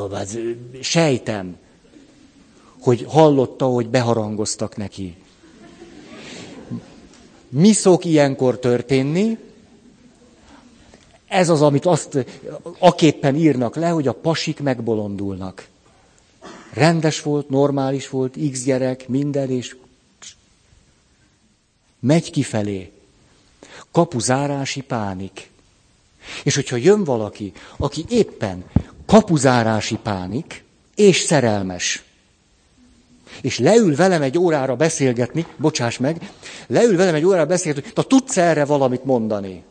sejtem, hogy hallotta, hogy beharangoztak neki. Mi szok ilyenkor történni? Ez az, amit aképpen írnak le, hogy a pasik megbolondulnak. Rendes volt, normális volt, X gyerek, minden, és megy kifelé. Kapuzárási pánik. És hogyha jön valaki, aki éppen kapuzárási pánik, és szerelmes, és leül velem egy órára beszélgetni, bocsáss meg, leül velem egy órára beszélgetni, hogy tudsz erre valamit mondani?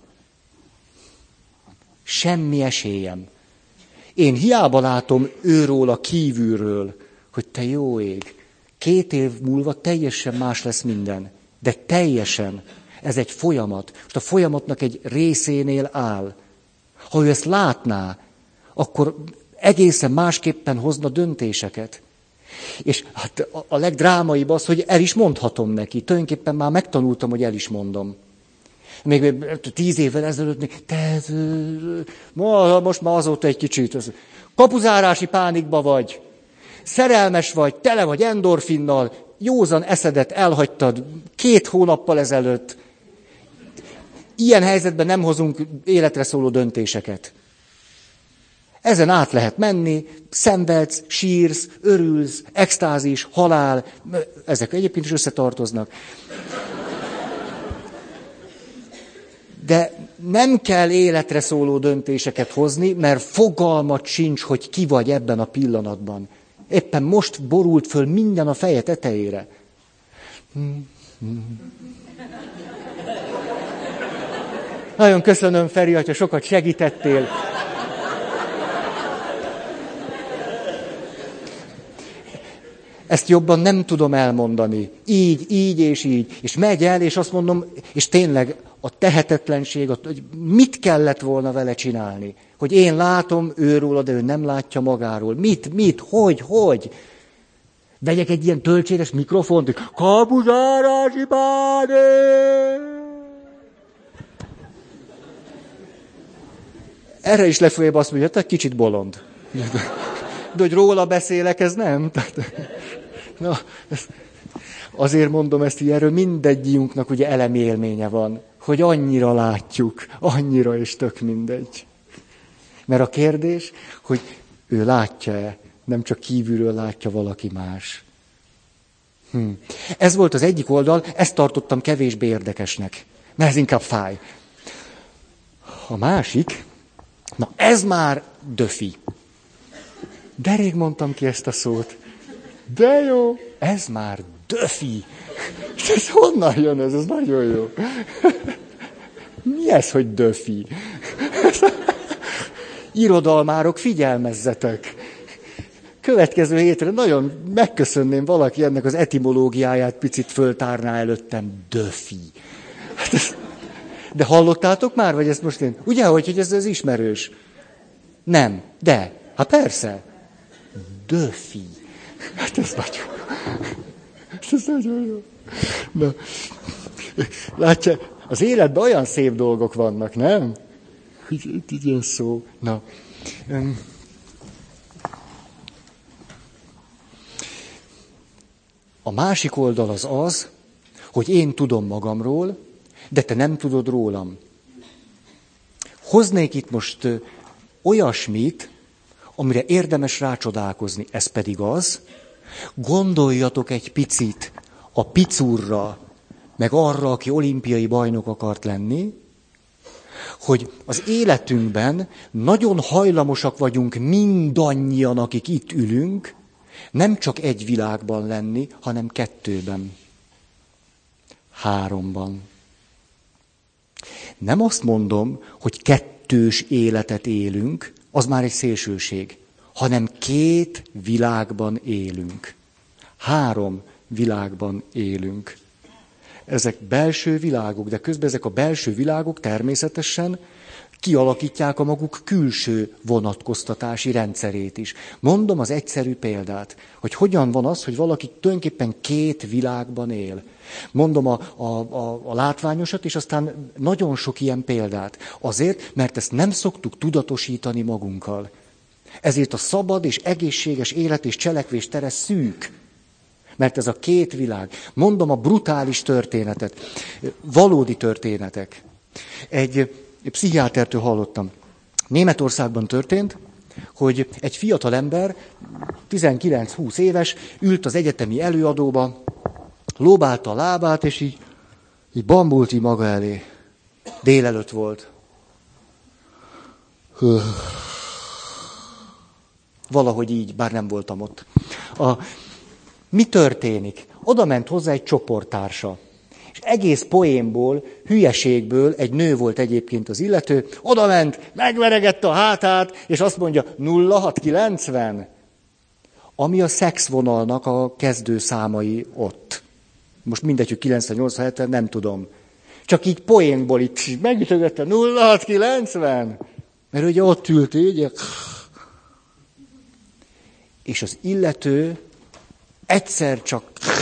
Semmi esélyem. Én hiába látom őróla kívülről, hogy te jó ég, 2 év múlva teljesen más lesz minden. De teljesen. Ez egy folyamat. Most a folyamatnak egy részénél áll. Ha ő ezt látná, akkor egészen másképpen hozna döntéseket. És hát a legdrámaibb az, hogy el is mondhatom neki. Tulajdonképpen már megtanultam, hogy el is mondom. Még 10 évvel ezelőtt, most már azóta egy kicsit. Kapuzárási pánikba vagy, szerelmes vagy, tele vagy endorfinnal, józan eszedet elhagytad 2 hónappal ezelőtt. Ilyen helyzetben nem hozunk életre szóló döntéseket. Ezen át lehet menni, szenvedsz, sírsz, örülsz, extázis, halál, ezek egyébként is összetartoznak. De nem kell életre szóló döntéseket hozni, mert fogalmat sincs, hogy ki vagy ebben a pillanatban. Éppen most borult föl minden a feje tetejére. Nagyon köszönöm, Feri, hogyha sokat segítettél. Ezt jobban nem tudom elmondani. Így és így. És megy el, és azt mondom, és tényleg a tehetetlenség, hogy mit kellett volna vele csinálni? Hogy én látom őróla, de ő nem látja magáról. Mit, hogy? Vegyek egy ilyen töltséres mikrofont, hogy kapuzárási pánik! Erre is lefolyébb azt mondja, hogy kicsit bolond. De hogy róla beszélek, ez nem. Na, azért mondom ezt, hogy erről mindegyikünknek ugye elemi élménye van, hogy annyira látjuk, annyira és tök mindegy. Mert a kérdés, hogy ő látja-e, nem csak kívülről látja valaki más. Ez volt az egyik oldal, ezt tartottam kevésbé érdekesnek, mert ez inkább fáj. A másik, na ez már döfi. De rég mondtam ki ezt a szót. De jó, ez már döfi. Ez honnan jön ez? Ez nagyon jó. Mi ez, hogy döfi? Irodalmárok, figyelmezzetek. Következő hétre nagyon megköszönném valaki ennek az etimológiáját, picit föltárná előttem. Döfi. De hallottátok már, vagy ezt most én? Ugye, hogy ez ismerős? Nem, de. Hát persze. Döfi. Hát ez nagyon jó. Na, látja, az életben olyan szép dolgok vannak, nem? Itt ilyen szó. Na. A másik oldal az, hogy én tudom magamról, de te nem tudod rólam. Hoznék itt most olyasmit, amire érdemes rácsodálkozni, ez pedig az, gondoljatok egy picit a Picurra, meg arra, aki olimpiai bajnok akart lenni, hogy az életünkben nagyon hajlamosak vagyunk mindannyian, akik itt ülünk, nem csak egy világban lenni, hanem 2-ben, 3-ban. Nem azt mondom, hogy 2-s életet élünk, az már egy szélsőség, hanem 2 világban élünk. 3 világban élünk. Ezek belső világok, de közben ezek a belső világok természetesen kialakítják a maguk külső vonatkoztatási rendszerét is. Mondom az egyszerű példát, hogy hogyan van az, hogy valaki tulajdonképpen 2 világban él. Mondom a látványosat, és aztán nagyon sok ilyen példát. Azért, mert ezt nem szoktuk tudatosítani magunkkal. Ezért a szabad és egészséges élet és cselekvés tere szűk. Mert ez a két világ, mondom a brutális történetet, valódi történetek. Egy pszichiátertől hallottam. Németországban történt, hogy egy fiatal ember, 19-20 éves, ült az egyetemi előadóba, lóbálta a lábát, és így bambult így maga elé. Délelőtt volt. Valahogy így, bár nem voltam ott. Mi történik? Oda ment hozzá egy csoporttársa. És egész poénból, hülyeségből, egy nő volt egyébként az illető, oda ment, megveregette a hátát, és azt mondja, 0690, ami a szexvonalnak a kezdő számai ott. Most mindegy, hogy 98, 70, nem tudom. Csak így poénból itt megütögette, 0690, mert ugye ott ült így, és az illető egyszer csak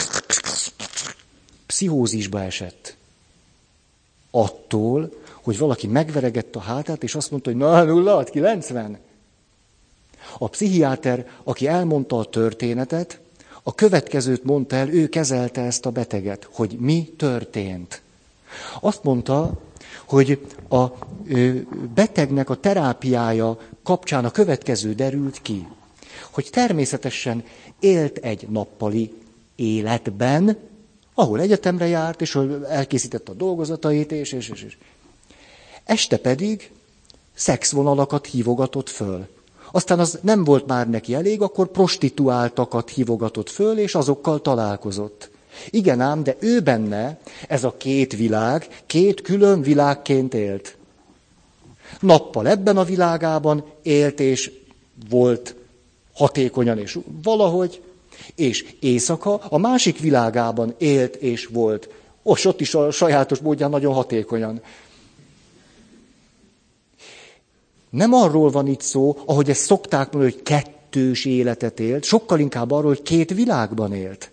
pszichózisba esett. Attól, hogy valaki megveregette a hátát, és azt mondta, hogy na, 0690. A pszichiáter, aki elmondta a történetet, a következőt mondta el, ő kezelte ezt a beteget, hogy mi történt. Azt mondta, hogy a betegnek a terápiája kapcsán a következő derült ki, hogy természetesen élt egy nappali életben, ahol egyetemre járt, és elkészítette a dolgozatait, és. Este pedig szexvonalakat hívogatott föl. Aztán az nem volt már neki elég, akkor prostituáltakat hívogatott föl, és azokkal találkozott. Igen ám, de ő benne, ez a két világ, két külön világként élt. Nappal ebben a világában élt, és volt hatékonyan, és valahogy, és éjszaka a másik világában élt, és volt. Ott is a sajátos módján nagyon hatékonyan. Nem arról van itt szó, ahogy ezt szokták mondani, hogy kettős életet élt, sokkal inkább arról, hogy két világban élt.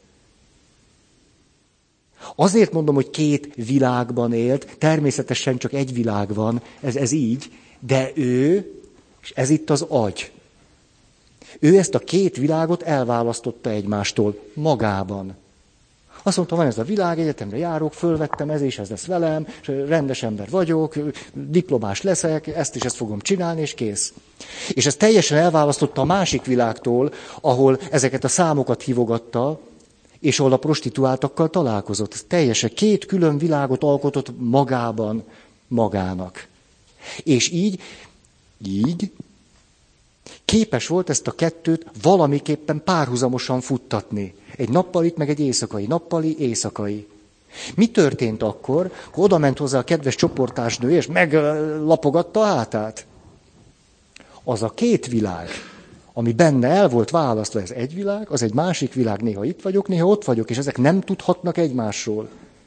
Azért mondom, hogy két világban élt, természetesen csak egy világ van, ez így, de ő, és ez itt az agy. Ő ezt a két világot elválasztotta egymástól magában. Azt mondta, van ez a világ, egyetemre járok, fölvettem, ez és ez lesz velem, és rendes ember vagyok, diplomás leszek, ezt és ezt fogom csinálni, és kész. És ezt teljesen elválasztotta a másik világtól, ahol ezeket a számokat hívogatta, és ahol a prostituáltakkal találkozott. Ez teljesen két külön világot alkotott magában, magának. És így képes volt ezt a kettőt valamiképpen párhuzamosan futtatni. Egy nappalit, meg egy éjszakai, nappali, éjszakai. Mi történt akkor, hogy oda ment hozzá a kedves csoporttársnő, és meglapogatta a hátát? Az a két világ, ami benne el volt választva, ez egy világ, az egy másik világ, néha itt vagyok, néha ott vagyok, és ezek nem tudhatnak egymásról.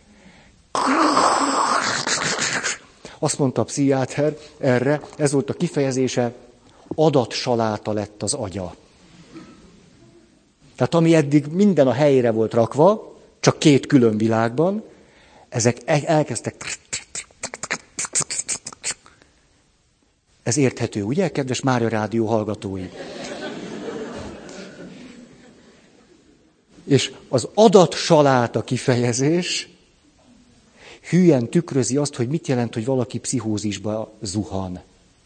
Azt mondta a pszichiáter erre, ez volt a kifejezése, adatsaláta lett az agya. Tehát ami eddig minden a helyére volt rakva, csak két külön világban, ezek elkezdtek. Ez érthető, ugye, kedves Mária Rádió hallgatói? És az adatsaláta kifejezés hülyen tükrözi azt, hogy mit jelent, hogy valaki pszichózisba zuhan.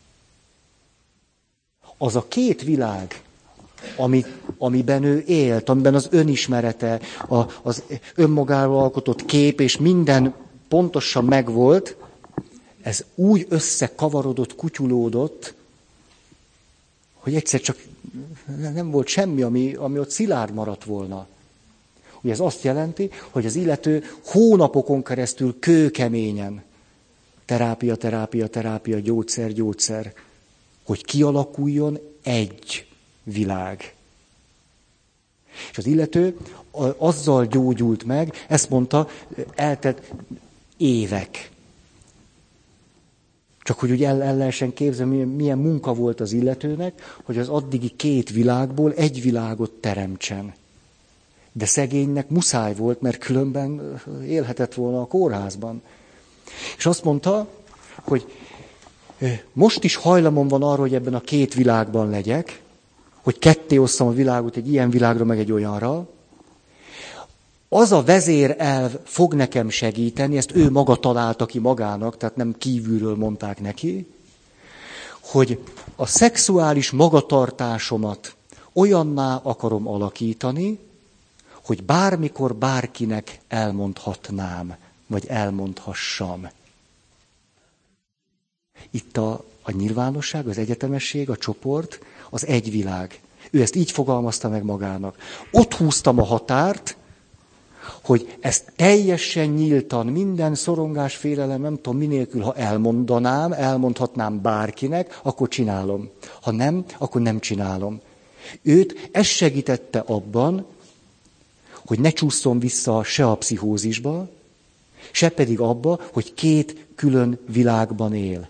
Az a két világ, amiben ő élt, amiben az önismerete, az önmagáról alkotott kép és minden pontosan megvolt, ez úgy összekavarodott, kutyulódott, hogy egyszer csak nem volt semmi, ami ott szilárd maradt volna. Ugye ez azt jelenti, hogy az illető hónapokon keresztül kőkeményen terápia, gyógyszer, hogy kialakuljon egy világ. És az illető azzal gyógyult meg, ezt mondta, eltelt évek. Csak hogy úgy el lehessen képzelni, milyen munka volt az illetőnek, hogy az addigi két világból egy világot teremtsen. De szegénynek muszáj volt, mert különben élhetett volna a kórházban. És azt mondta, hogy most is hajlamom van arra, hogy ebben a két világban legyek, hogy ketté osszam a világot egy ilyen világra, meg egy olyanra. Az a vezérelv fog nekem segíteni, ezt ő maga találta ki magának, tehát nem kívülről mondták neki, hogy a szexuális magatartásomat olyanná akarom alakítani, hogy bármikor bárkinek elmondhatnám, vagy elmondhassam. Itt a nyilvánosság, az egyetemesség, a csoport, az egy világ. Ő ezt így fogalmazta meg magának. Ott húztam a határt, hogy ezt teljesen nyíltan, minden szorongás, félelem, nem tudom, minélkül, ha elmondhatnám bárkinek, akkor csinálom. Ha nem, akkor nem csinálom. Őt ez segítette abban, hogy ne csúszson vissza se a pszichózisba, se pedig abba, hogy két külön világban él.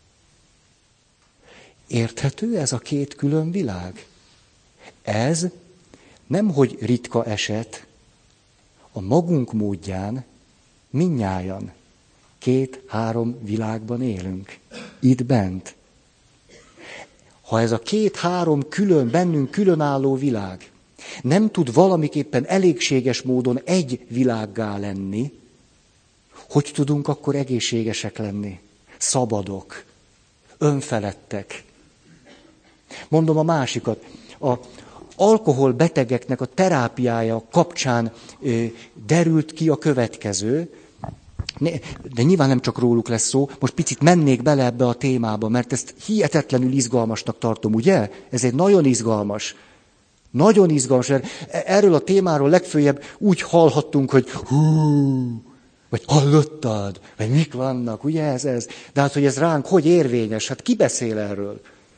Érthető ez a két külön világ? Ez nemhogy ritka eset, a magunk módján mindnyájan 2-3 világban élünk. Itt bent. Ha ez a 2-3 külön, bennünk különálló világ nem tud valamiképpen elégséges módon egy világgá lenni, hogy tudunk akkor egészségesek lenni? Szabadok, önfeledtek. Mondom a másikat. A alkoholbetegeknek a terápiája kapcsán derült ki a következő, de nyilván nem csak róluk lesz szó, most picit mennék bele ebbe a témába, mert ezt hihetetlenül izgalmasnak tartom, ugye? Ez egy nagyon izgalmas. Nagyon izgalmas. Erről a témáról legfőjebb úgy hallhattunk, hogy hú, vagy hallottad, vagy mik vannak, ugye ez. De hát, hogy ez ránk hogy érvényes, hát ki beszél erről?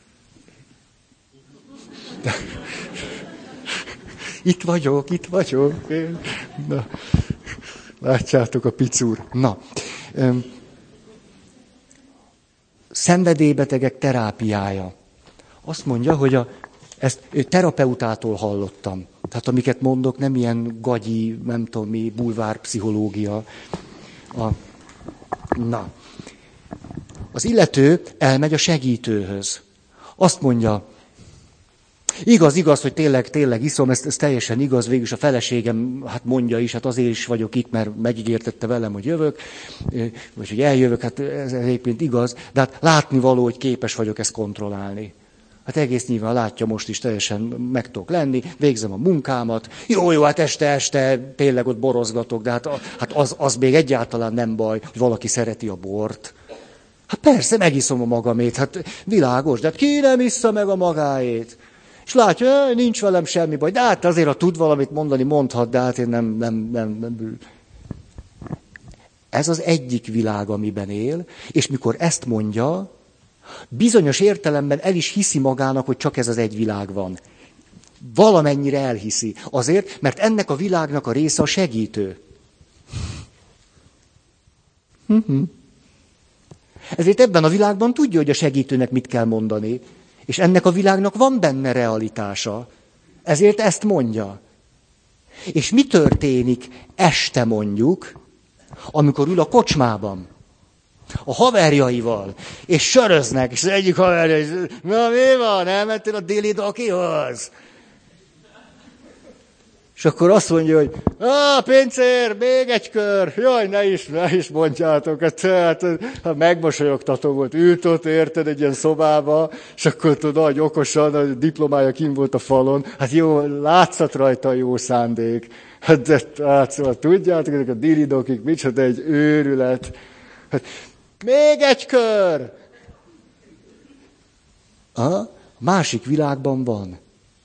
Itt vagyok. Na, látjátok a picúr. Na, szenvedélybetegek terápiája. Azt mondja, hogy ezt terapeutától hallottam. Tehát amiket mondok, nem ilyen gagyi, nem tudom mi, bulvárpszichológia. Na, az illető elmegy a segítőhöz. Azt mondja, igaz, hogy tényleg iszom, ez teljesen igaz, végülis a feleségem hát mondja is, hát azért is vagyok itt, mert megígértette velem, hogy jövök, vagy hogy eljövök, hát ez egyébként igaz, de hát látnivaló, hogy képes vagyok ezt kontrollálni. Hát egész nyilván látja most is, teljesen meg tudok lenni, végzem a munkámat, jó, hát este tényleg ott borozgatok, de hát az még egyáltalán nem baj, hogy valaki szereti a bort. Hát persze, megiszom a magamét, hát világos, de hát ki nem issza meg a magáét? És látja, nincs velem semmi baj, de hát azért, ha tud valamit mondani, mondhat, de hát én nem. Ez az egyik világ, amiben él, és mikor ezt mondja, bizonyos értelemben el is hiszi magának, hogy csak ez az egy világ van. Valamennyire elhiszi. Azért, mert ennek a világnak a része a segítő. Ezért ebben a világban tudja, hogy a segítőnek mit kell mondani. És ennek a világnak van benne realitása. Ezért ezt mondja. És mi történik este mondjuk, amikor ül a kocsmában? A haverjaival, és söröznek, és az egyik haverja, na mi van, elmentél a déli dakihoz? És akkor azt mondja, hogy pincér, még egy kör, jaj, ne is mondjátok, hát megmosolyogtató volt, ült ott, érted, egy ilyen szobába, és akkor tudod, nagy okosan, a diplomája kint volt a falon, hát jó, látszat rajta a jó szándék. Hát szóval tudjátok, ezek a déli dokik, micsoda egy őrület. Hát, még egy kör! A másik világban van.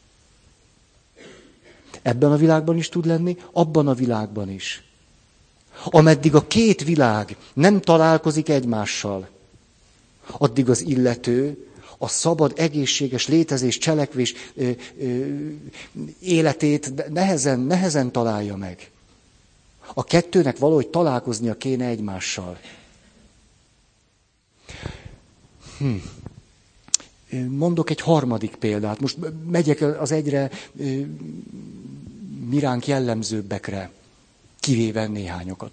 Ebben a világban is tud lenni, abban a világban is. Ameddig a két világ nem találkozik egymással, addig az illető a szabad, egészséges létezés, cselekvés életét nehezen találja meg. A kettőnek valahogy találkoznia kéne egymással. Mondok egy harmadik példát. Most megyek az egyre miránk jellemzőbbekre, kivéve néhányokat.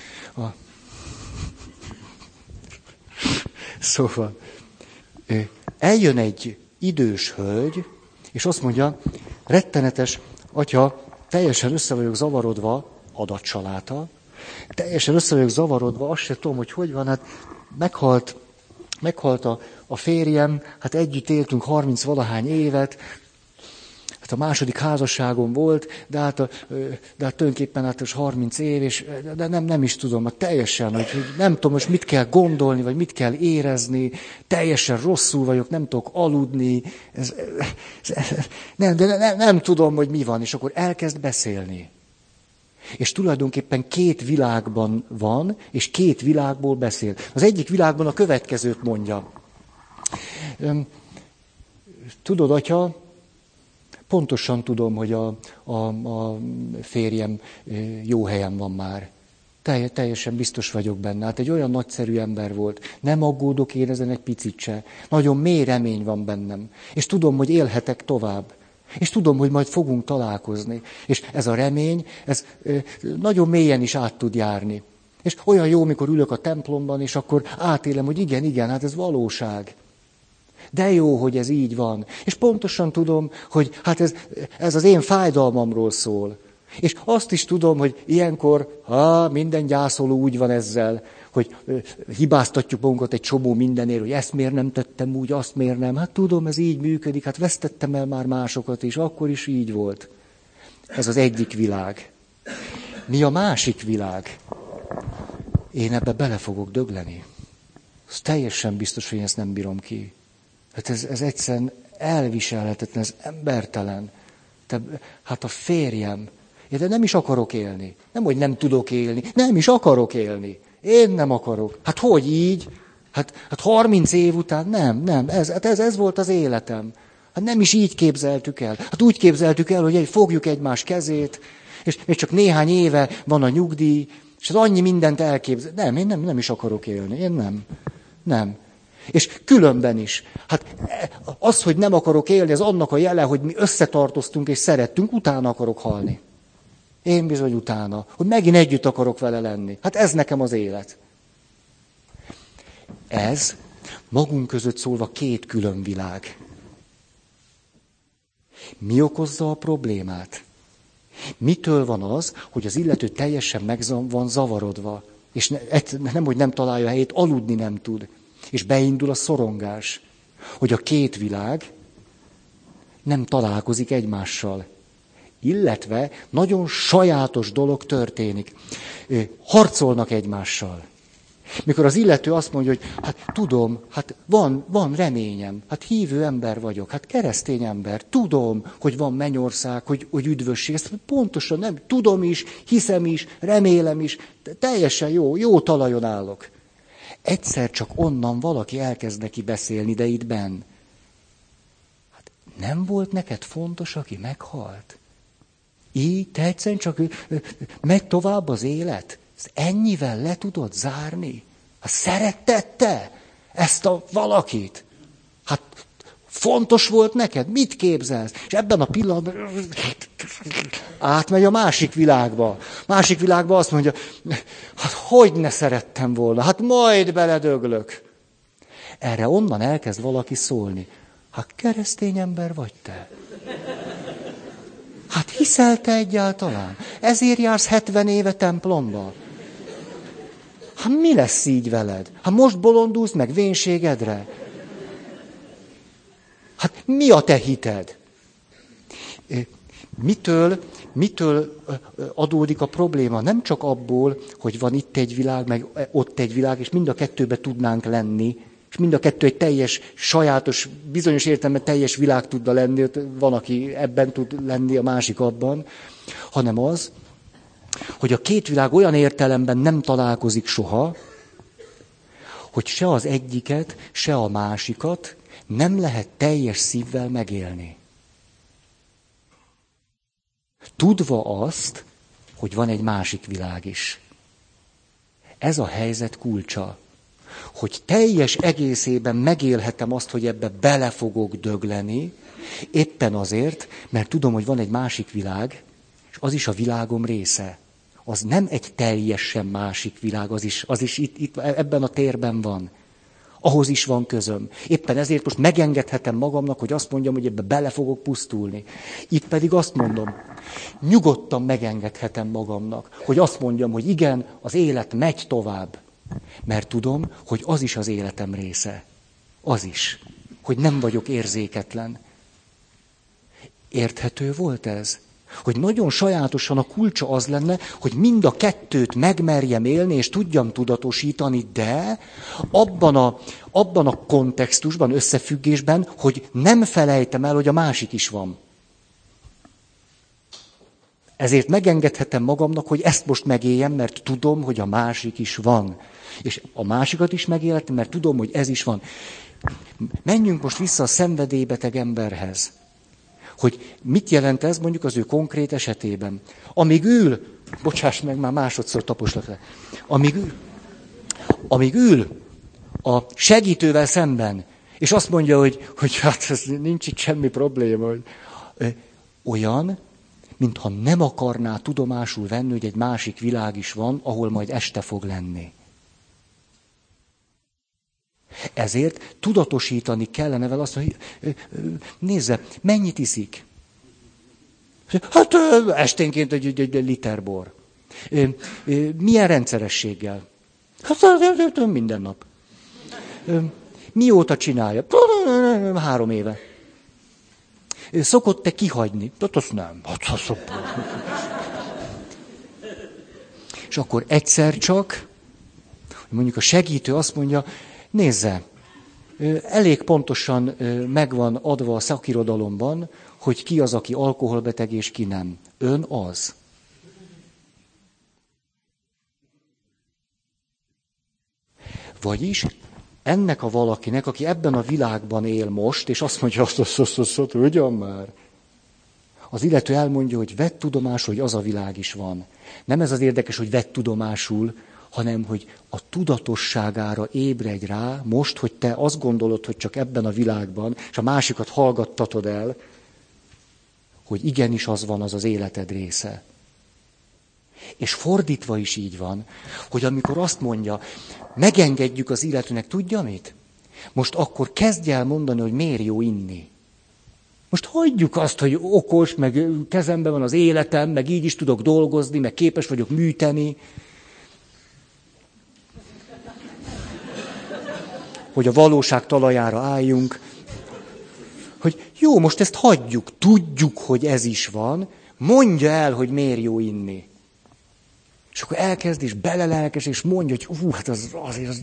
Szóval eljön egy idős hölgy, és azt mondja, rettenetes, atya, teljesen össze vagyok zavarodva, adatsaláta. Teljesen össze vagyok zavarodva, azt sem tudom, hogy van, hát meghalt a férjem, hát együtt éltünk 30-valahány évet, hát a második házasságom volt, de hát tulajdonképpen hát az 30 év, és de nem is tudom, hát teljesen, hogy nem tudom most mit kell gondolni, vagy mit kell érezni, teljesen rosszul vagyok, nem tudok aludni, nem tudom, hogy mi van, és akkor elkezd beszélni. És tulajdonképpen két világban van, és két világból beszél. Az egyik világban a következőt mondja. Tudod, atya, pontosan tudom, hogy a férjem jó helyen van már. Teljesen biztos vagyok benne. Hát egy olyan nagyszerű ember volt. Nem aggódok én ezen egy picit se. Nagyon mély remény van bennem. És tudom, hogy élhetek tovább. És tudom, hogy majd fogunk találkozni. És ez a remény, ez nagyon mélyen is át tud járni. És olyan jó, mikor ülök a templomban, és akkor átélem, hogy igen, hát ez valóság. De jó, hogy ez így van. És pontosan tudom, hogy hát ez az én fájdalmamról szól. És azt is tudom, hogy ilyenkor minden gyászoló úgy van ezzel, hogy hibáztatjuk magunkat egy csomó mindenért, hogy ezt miért nem tettem úgy, azt miért nem. Hát tudom, ez így működik, hát vesztettem el már másokat is, akkor is így volt. Ez az egyik világ. Mi a másik világ? Én ebbe bele fogok dögleni. Ez teljesen biztos, hogy ezt nem bírom ki. Hát ez egyszerűen elviselhetetlen, ez embertelen. Hát a férjem, de nem is akarok élni. Nem, hogy nem tudok élni, nem is akarok élni. Én nem akarok. Hát hogy így? Hát 30 év után nem. Ez volt az életem. Hát nem is így képzeltük el. Hát úgy képzeltük el, hogy fogjuk egymás kezét, és még csak néhány éve van a nyugdíj, és az annyi mindent elképzel. Nem, én nem is akarok élni. Én nem. És különben is. Hát az, hogy nem akarok élni, az annak a jele, hogy mi összetartoztunk és szerettünk, utána akarok halni. Én bizony utána, hogy megint együtt akarok vele lenni. Hát ez nekem az élet. Ez magunk között szólva két külön világ. Mi okozza a problémát? Mitől van az, hogy az illető teljesen meg van zavarodva, és nem, hogy nem találja a helyét, aludni nem tud, és beindul a szorongás, hogy a két világ nem találkozik egymással. Illetve nagyon sajátos dolog történik. Harcolnak egymással. Mikor az illető azt mondja, hogy hát tudom, hát van reményem, hát hívő ember vagyok, hát keresztény ember, tudom, hogy van mennyország, hogy üdvösség, ezt pontosan nem, tudom is, hiszem is, remélem is, teljesen jó talajon állok. Egyszer csak onnan valaki elkezd neki beszélni, de itt benn. Hát nem volt neked fontos, aki meghalt? Így, te egyszerűen csak megy tovább az élet? Ezt ennyivel le tudod zárni? Hát szeretted te ezt a valakit? Hát fontos volt neked? Mit képzelsz? És ebben a pillanatban átmegy a másik világba. Másik világba azt mondja, hát hogy ne szerettem volna? Hát majd beledöglök. Erre onnan elkezd valaki szólni. Hát keresztény ember vagy te? Hát hiszel te egyáltalán? Ezért jársz 70 éve templomba? Hát mi lesz így veled? Hát most bolondulsz meg vénségedre? Hát mi a te hited? Mitől adódik a probléma? Nem csak abból, hogy van itt egy világ, meg ott egy világ, és mind a kettőbe tudnánk lenni, és mind a kettő egy teljes, sajátos, bizonyos értelemben teljes világ tudna lenni, van, aki ebben tud lenni, a másik abban, hanem az, hogy a két világ olyan értelemben nem találkozik soha, hogy se az egyiket, se a másikat nem lehet teljes szívvel megélni. Tudva azt, hogy van egy másik világ is. Ez a helyzet kulcsa. Hogy teljes egészében megélhetem azt, hogy ebbe bele fogok dögleni, éppen azért, mert tudom, hogy van egy másik világ, és az is a világom része. Az nem egy teljesen másik világ, az is itt ebben a térben van, Ahhoz is van közöm. Éppen ezért most megengedhetem magamnak, hogy azt mondjam, hogy ebbe bele fogok pusztulni. Itt pedig azt mondom, nyugodtan megengedhetem magamnak, hogy azt mondjam, hogy igen, az élet megy tovább. Mert tudom, hogy az is az életem része. Az is. Hogy nem vagyok érzéketlen. Érthető volt ez? Hogy nagyon sajátosan a kulcsa az lenne, hogy mind a kettőt megmerjem élni, és tudjam tudatosítani, de abban a kontextusban, összefüggésben, hogy nem felejtem el, hogy a másik is van. Ezért megengedhetem magamnak, hogy ezt most megéljem, mert tudom, hogy a másik is van. És a másikat is megélhetem, mert tudom, hogy ez is van. Menjünk most vissza a szenvedélybeteg emberhez. Hogy mit jelent ez mondjuk az ő konkrét esetében. Amíg ül, bocsáss meg, már másodszor taposlak le. Amíg ül a segítővel szemben, és azt mondja, hogy hát ez nincs itt semmi probléma. Olyan, mintha nem akarná tudomásul venni, hogy egy másik világ is van, ahol majd este fog lenni. Ezért tudatosítani kellene vele azt, hogy nézze, mennyit iszik? Hát esténként egy liter bor. Milyen rendszerességgel? Hát minden nap. Mióta csinálja? 3 éve. Szokott-e kihagyni? Hát azt nem. És akkor egyszer csak, mondjuk a segítő azt mondja, nézze, elég pontosan megvan adva a szakirodalomban, hogy ki az, aki alkoholbeteg, és ki nem. Ön az. Vagyis ennek a valakinek, aki ebben a világban él most, és azt mondja, azt ugyan már. Az illető elmondja, hogy vett tudomásul, hogy az a világ is van. Nem ez az érdekes, hogy vett tudomásul, hanem hogy a tudatosságára ébredj rá most, hogy te azt gondolod, hogy csak ebben a világban, és a másikat hallgattatod el, hogy igenis az van, az az életed része. És fordítva is így van, hogy amikor azt mondja, megengedjük az illetőnek, tudja mit? Most akkor kezdj el mondani, hogy miért jó inni. Most hagyjuk azt, hogy okos, meg kezemben van az életem, meg így is tudok dolgozni, meg képes vagyok műteni. Hogy a valóság talajára álljunk. Hogy jó, most ezt hagyjuk, tudjuk, hogy ez is van, mondja el, hogy miért jó inni. És akkor elkezd, és belelelkes, és mondja, hogy hát azért...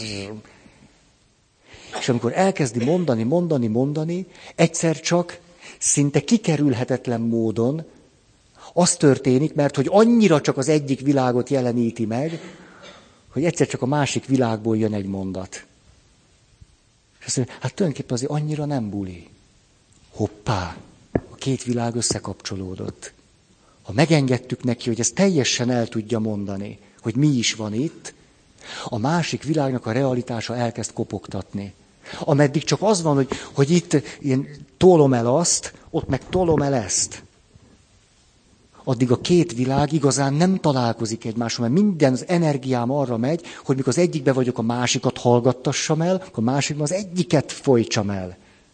És amikor elkezdi mondani, egyszer csak szinte kikerülhetetlen módon az történik, mert hogy annyira csak az egyik világot jeleníti meg, hogy egyszer csak a másik világból jön egy mondat. És azt mondja, hát tulajdonképpen azért annyira nem buli. Hoppá, a két világ összekapcsolódott. Ha megengedtük neki, hogy ezt teljesen el tudja mondani, hogy mi is van itt, a másik világnak a realitása elkezd kopogtatni. Ameddig csak az van, hogy itt én tolom el azt, ott meg tolom el ezt. Addig a két világ igazán nem találkozik egymással, mert minden az energiám arra megy, hogy mikor az egyikben vagyok, a másikat hallgattassam el, akkor a másikban az egyiket folytsam el.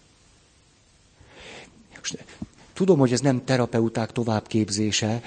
Most, tudom, hogy ez nem terapeuták továbbképzése,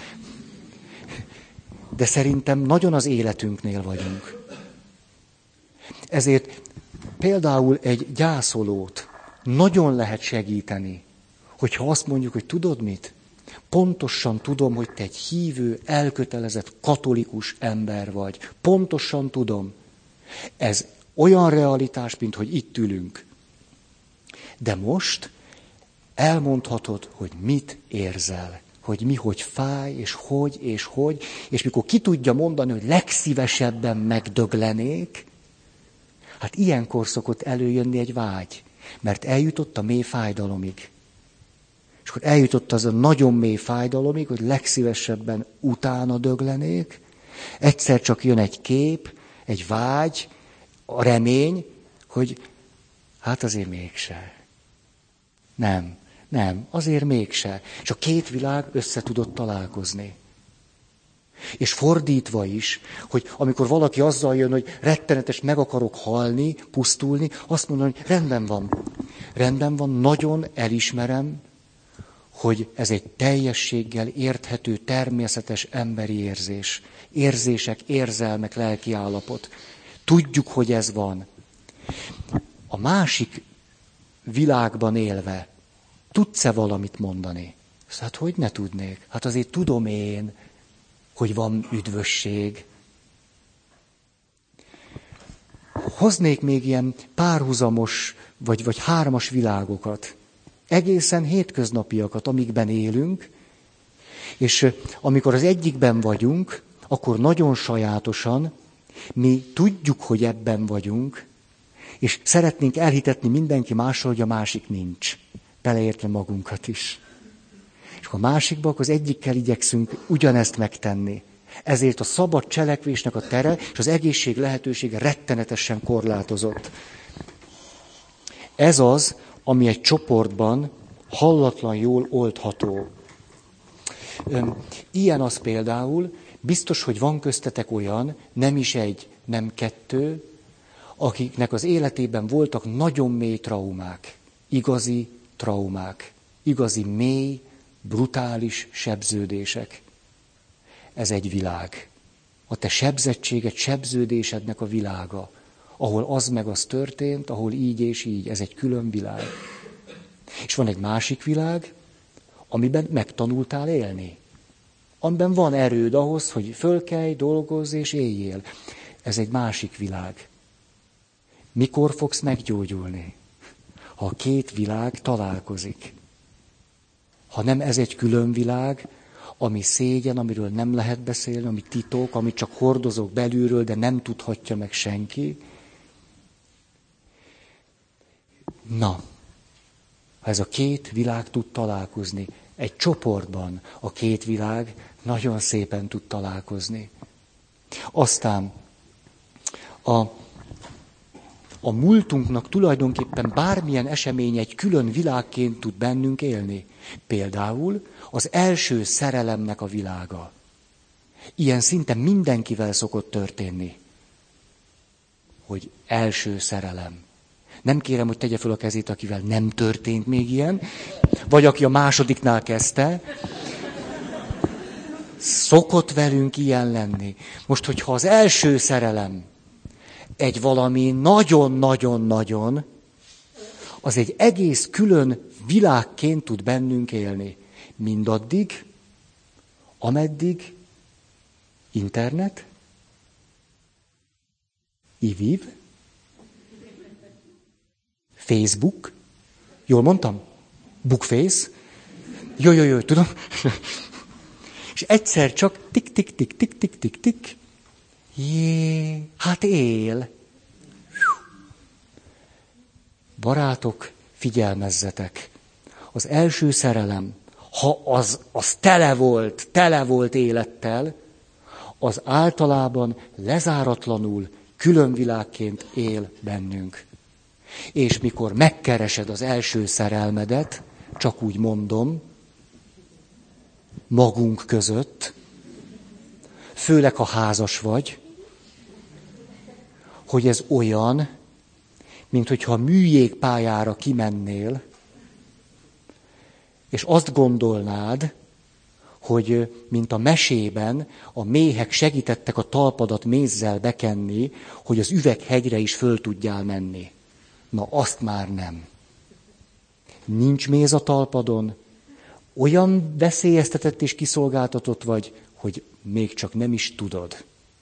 de szerintem nagyon az életünknél vagyunk. Ezért például egy gyászolót nagyon lehet segíteni, hogyha azt mondjuk, hogy tudod mit? Pontosan tudom, hogy te egy hívő, elkötelezett, katolikus ember vagy. Pontosan tudom. Ez olyan realitás, mint hogy itt ülünk. De most elmondhatod, hogy mit érzel. Hogy mi, hogy fáj, és hogy. És mikor ki tudja mondani, hogy legszívesebben megdöglenék, hát ilyenkor szokott előjönni egy vágy. Mert eljutott a mély fájdalomig. És akkor eljutott az a nagyon mély fájdalomig, hogy legszívesebben utána döglenék. Egyszer csak jön egy kép, egy vágy, a remény, hogy hát azért mégse. Nem, azért mégse. És a két világ össze tudott találkozni. És fordítva is, hogy amikor valaki azzal jön, hogy rettenetes, meg akarok halni, pusztulni, azt mondom, hogy rendben van, nagyon elismerem, hogy ez egy teljességgel érthető, természetes emberi érzés. Érzések, érzelmek, lelki állapot. Tudjuk, hogy ez van. A másik világban élve tudsz-e valamit mondani? Hát hogy ne tudnék? Hát azért tudom én, hogy van üdvösség. Hoznék még ilyen párhuzamos, vagy hármas világokat. Egészen hétköznapiakat, amikben élünk, és amikor az egyikben vagyunk, akkor nagyon sajátosan mi tudjuk, hogy ebben vagyunk, és szeretnénk elhitetni mindenki mással, hogy a másik nincs. Beleértve magunkat is. És akkor a másikban, akkor az egyikkel igyekszünk ugyanezt megtenni. Ezért a szabad cselekvésnek a tere és az egészség lehetősége rettenetesen korlátozott. Ez az, ami egy csoportban hallatlan jól oldható. Ilyen az például, biztos, hogy van köztetek olyan, nem is egy, nem kettő, akiknek az életében voltak nagyon mély traumák, igazi traumák, igazi mély, brutális sebződések. Ez egy világ. A te sebzettséged, sebződésednek a világa, ahol az meg az történt, ahol így és így, ez egy külön világ. És van egy másik világ, amiben megtanultál élni. Amiben van erőd ahhoz, hogy fölkelj, dolgozz és éljél. Ez egy másik világ. Mikor fogsz meggyógyulni? Ha a két világ találkozik. Ha nem ez egy külön világ, ami szégyen, amiről nem lehet beszélni, ami titok, amit csak hordozok belülről, de nem tudhatja meg senki. Na, ha ez a két világ tud találkozni, egy csoportban a két világ nagyon szépen tud találkozni. Aztán a múltunknak tulajdonképpen bármilyen esemény egy külön világként tud bennünk élni. Például az első szerelemnek a világa. Ilyen szinte mindenkivel szokott történni, hogy első szerelem. Nem kérem, hogy tegye fel a kezét, akivel nem történt még ilyen, vagy aki a másodiknál kezdte. Szokott velünk ilyen lenni. Most, hogyha az első szerelem egy valami nagyon-nagyon-nagyon, az egy egész külön világként tud bennünk élni. Mindaddig, ameddig internet, iviv, Facebook, jól mondtam? Bookface, jó, tudom. És egyszer csak tik-tik-tik-tik-tik-tik-tik, jé, hát él. Barátok, figyelmezzetek. Az első szerelem, ha az tele volt élettel, az általában lezáratlanul külön világként él bennünk. És mikor megkeresed az első szerelmedet, csak úgy mondom, magunk között, főleg ha házas vagy, hogy ez olyan, mint hogyha műjégpályára kimennél, és azt gondolnád, hogy mint a mesében a méhek segítettek a talpadat mézzel bekenni, hogy az üveghegyre is föl tudjál menni. Na, azt már nem. Nincs méz a talpadon, olyan veszélyeztetett és kiszolgáltatott vagy, hogy még csak nem is tudod.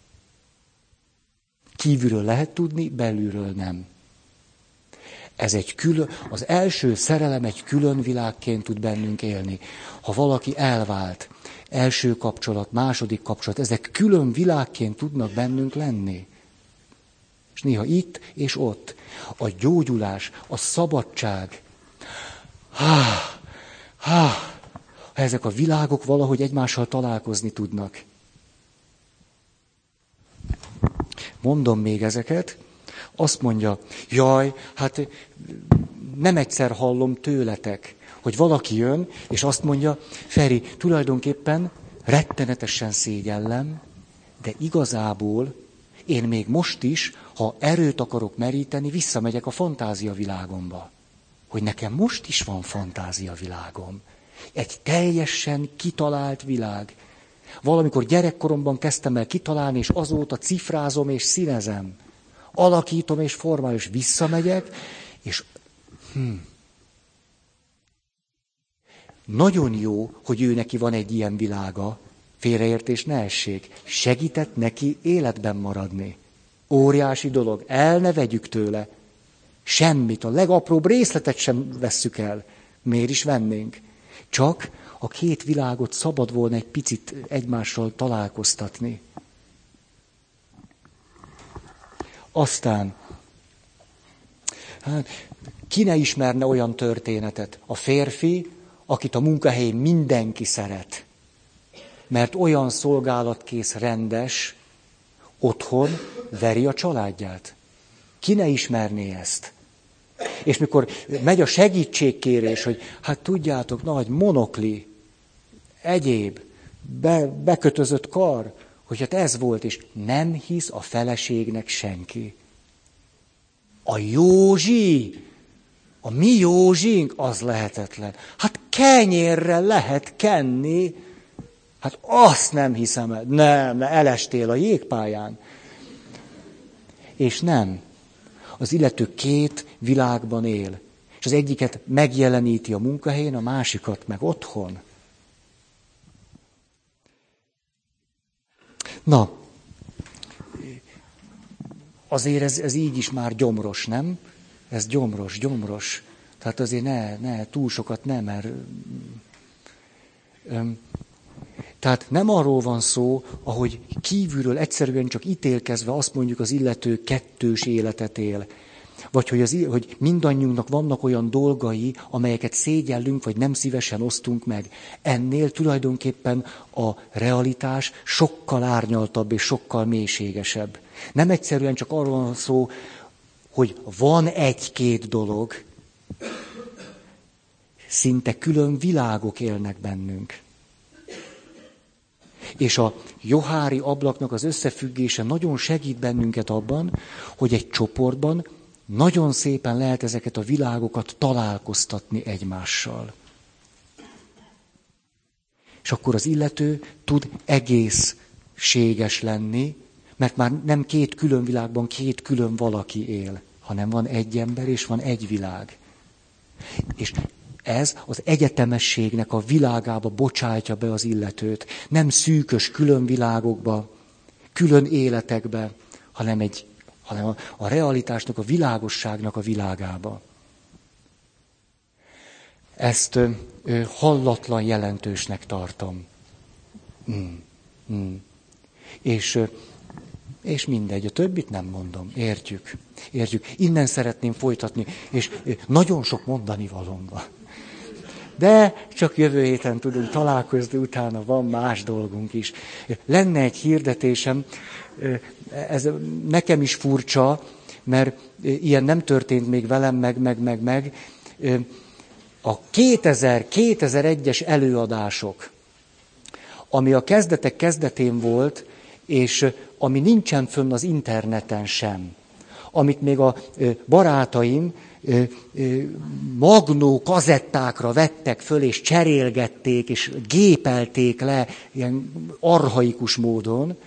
Kívülről lehet tudni, belülről nem. Ez egy az első szerelem egy külön világként tud bennünk élni. Ha valaki elvált, első kapcsolat, második kapcsolat, ezek külön világként tudnak bennünk lenni. És néha itt és ott. A gyógyulás, a szabadság. Ha ezek a világok valahogy egymással találkozni tudnak. Mondom még ezeket. Azt mondja, jaj, hát nem egyszer hallom tőletek, hogy valaki jön, és azt mondja, Feri, tulajdonképpen rettenetesen szégyellem, de igazából én még most is, ha erőt akarok meríteni, visszamegyek a fantáziavilágomba. Hogy nekem most is van fantáziavilágom. Egy teljesen kitalált világ. Valamikor gyerekkoromban kezdtem el kitalálni, és azóta cifrázom és színezem. Alakítom és formálom, és visszamegyek, és nagyon jó, hogy ő neki van egy ilyen világa, félreértés ne essék. Segített neki életben maradni. Óriási dolog, el ne vegyük tőle. Semmit, a legapróbb részletet sem vesszük el. Miért is vennénk? Csak a két világot szabad volna egy picit egymással találkoztatni. Aztán, ki ne ismerne olyan történetet? A férfi, akit a munkahelyén mindenki szeret, mert olyan szolgálatkész, rendes, otthon veri a családját. Ki ne ismerné ezt? És mikor megy a segítségkérés, hogy hát tudjátok, nagy monokli, egyéb, bekötözött kar, hogy hát ez volt, és nem hisz a feleségnek senki. A Józsi, a mi Józsink, az lehetetlen. Hát kenyérrel lehet kenni, hát azt nem hiszem el. Nem, elestél a jégpályán. És nem. Az illető két világban él. És az egyiket megjeleníti a munkahelyén, a másikat meg otthon. Na, azért ez így is már gyomros, nem? Ez gyomros. Tehát azért ne túl sokat nem, mert... Tehát nem arról van szó, ahogy kívülről egyszerűen csak ítélkezve azt mondjuk az illető kettős életet él. Vagy hogy mindannyiunknak vannak olyan dolgai, amelyeket szégyellünk, vagy nem szívesen osztunk meg. Ennél tulajdonképpen a realitás sokkal árnyaltabb és sokkal mélységesebb. Nem egyszerűen csak arról van szó, hogy van egy-két dolog, szinte külön világok élnek bennünk. És a johári ablaknak az összefüggése nagyon segít bennünket abban, hogy egy csoportban nagyon szépen lehet ezeket a világokat találkoztatni egymással. És akkor az illető tud egészséges lenni, mert már nem két külön világban két külön valaki él, hanem van egy ember és van egy világ. És ez az egyetemességnek a világába bocsátja be az illetőt. Nem szűkös külön világokba, külön életekbe, hanem a realitásnak, a világosságnak a világába. Ezt hallatlan jelentősnek tartom. És mindegy, a többit nem mondom. Értjük. Innen szeretném folytatni, és nagyon sok mondani valóm van. De csak jövő héten tudunk találkozni, utána van más dolgunk is. Lenne egy hirdetésem, ez nekem is furcsa, mert ilyen nem történt még velem, meg. A 2001-es előadások, ami a kezdetek kezdetén volt, és ami nincsen fönn az interneten sem, amit még a barátaim magnó kazettákra vettek föl, és cserélgették, és gépelték le ilyen archaikus módon.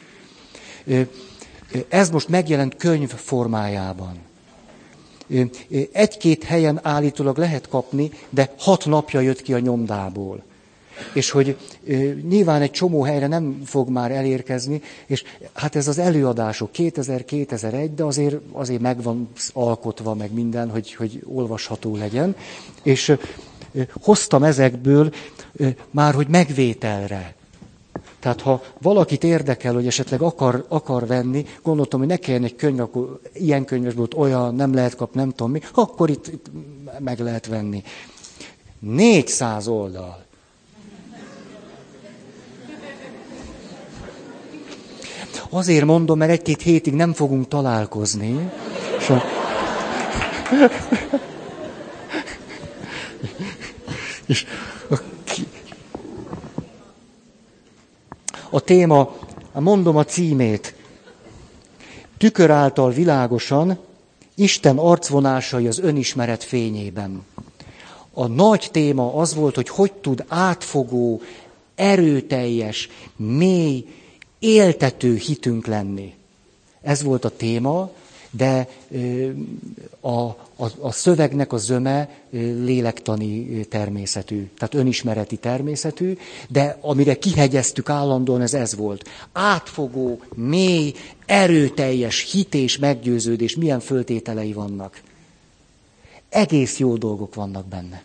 Ez most megjelent könyv formájában. Egy-két helyen állítólag lehet kapni, de 6 napja jött ki a nyomdából. És hogy nyilván egy csomó helyre nem fog már elérkezni, és hát ez az előadások 2000-2001, de azért meg van alkotva meg minden, hogy olvasható legyen. És hoztam ezekből már, hogy megvételre. Tehát ha valakit érdekel, hogy esetleg akar venni, gondoltam, hogy ne kelljen egy könyv, akkor ilyen könyves volt, olyan, nem lehet kapni, nem tudom mi, akkor itt meg lehet venni. 400 oldal. Azért mondom, mert 1-2 hétig nem fogunk találkozni. A téma, mondom a címét. Tükör által világosan, Isten arcvonásai az önismeret fényében. A nagy téma az volt, hogy tud átfogó, erőteljes, mély, éltető hitünk lenni. Ez volt a téma, de a szövegnek a zöme lélektani természetű, tehát önismereti természetű, de amire kihegyeztük állandóan, ez volt. Átfogó, mély, erőteljes hit és meggyőződés, milyen föltételei vannak. Egész jó dolgok vannak benne.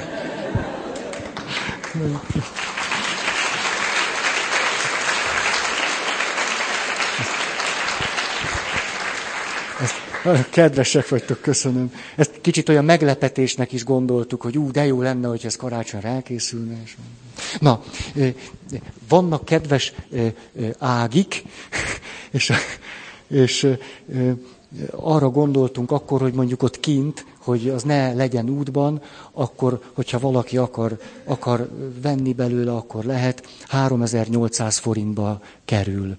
Kedvesek vagytok, köszönöm. Ezt kicsit olyan meglepetésnek is gondoltuk, hogy de jó lenne, hogy ez karácsonyra elkészülne. Na, vannak kedves ágik, és arra gondoltunk akkor, hogy mondjuk ott kint, hogy az ne legyen útban, akkor, hogyha valaki akar venni belőle, akkor lehet, 3800 forintba kerül.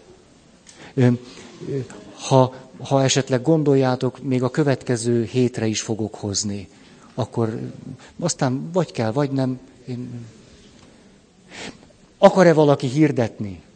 Ha esetleg gondoljátok, még a következő hétre is fogok hozni, akkor aztán vagy kell, vagy nem. Akar-e valaki hirdetni?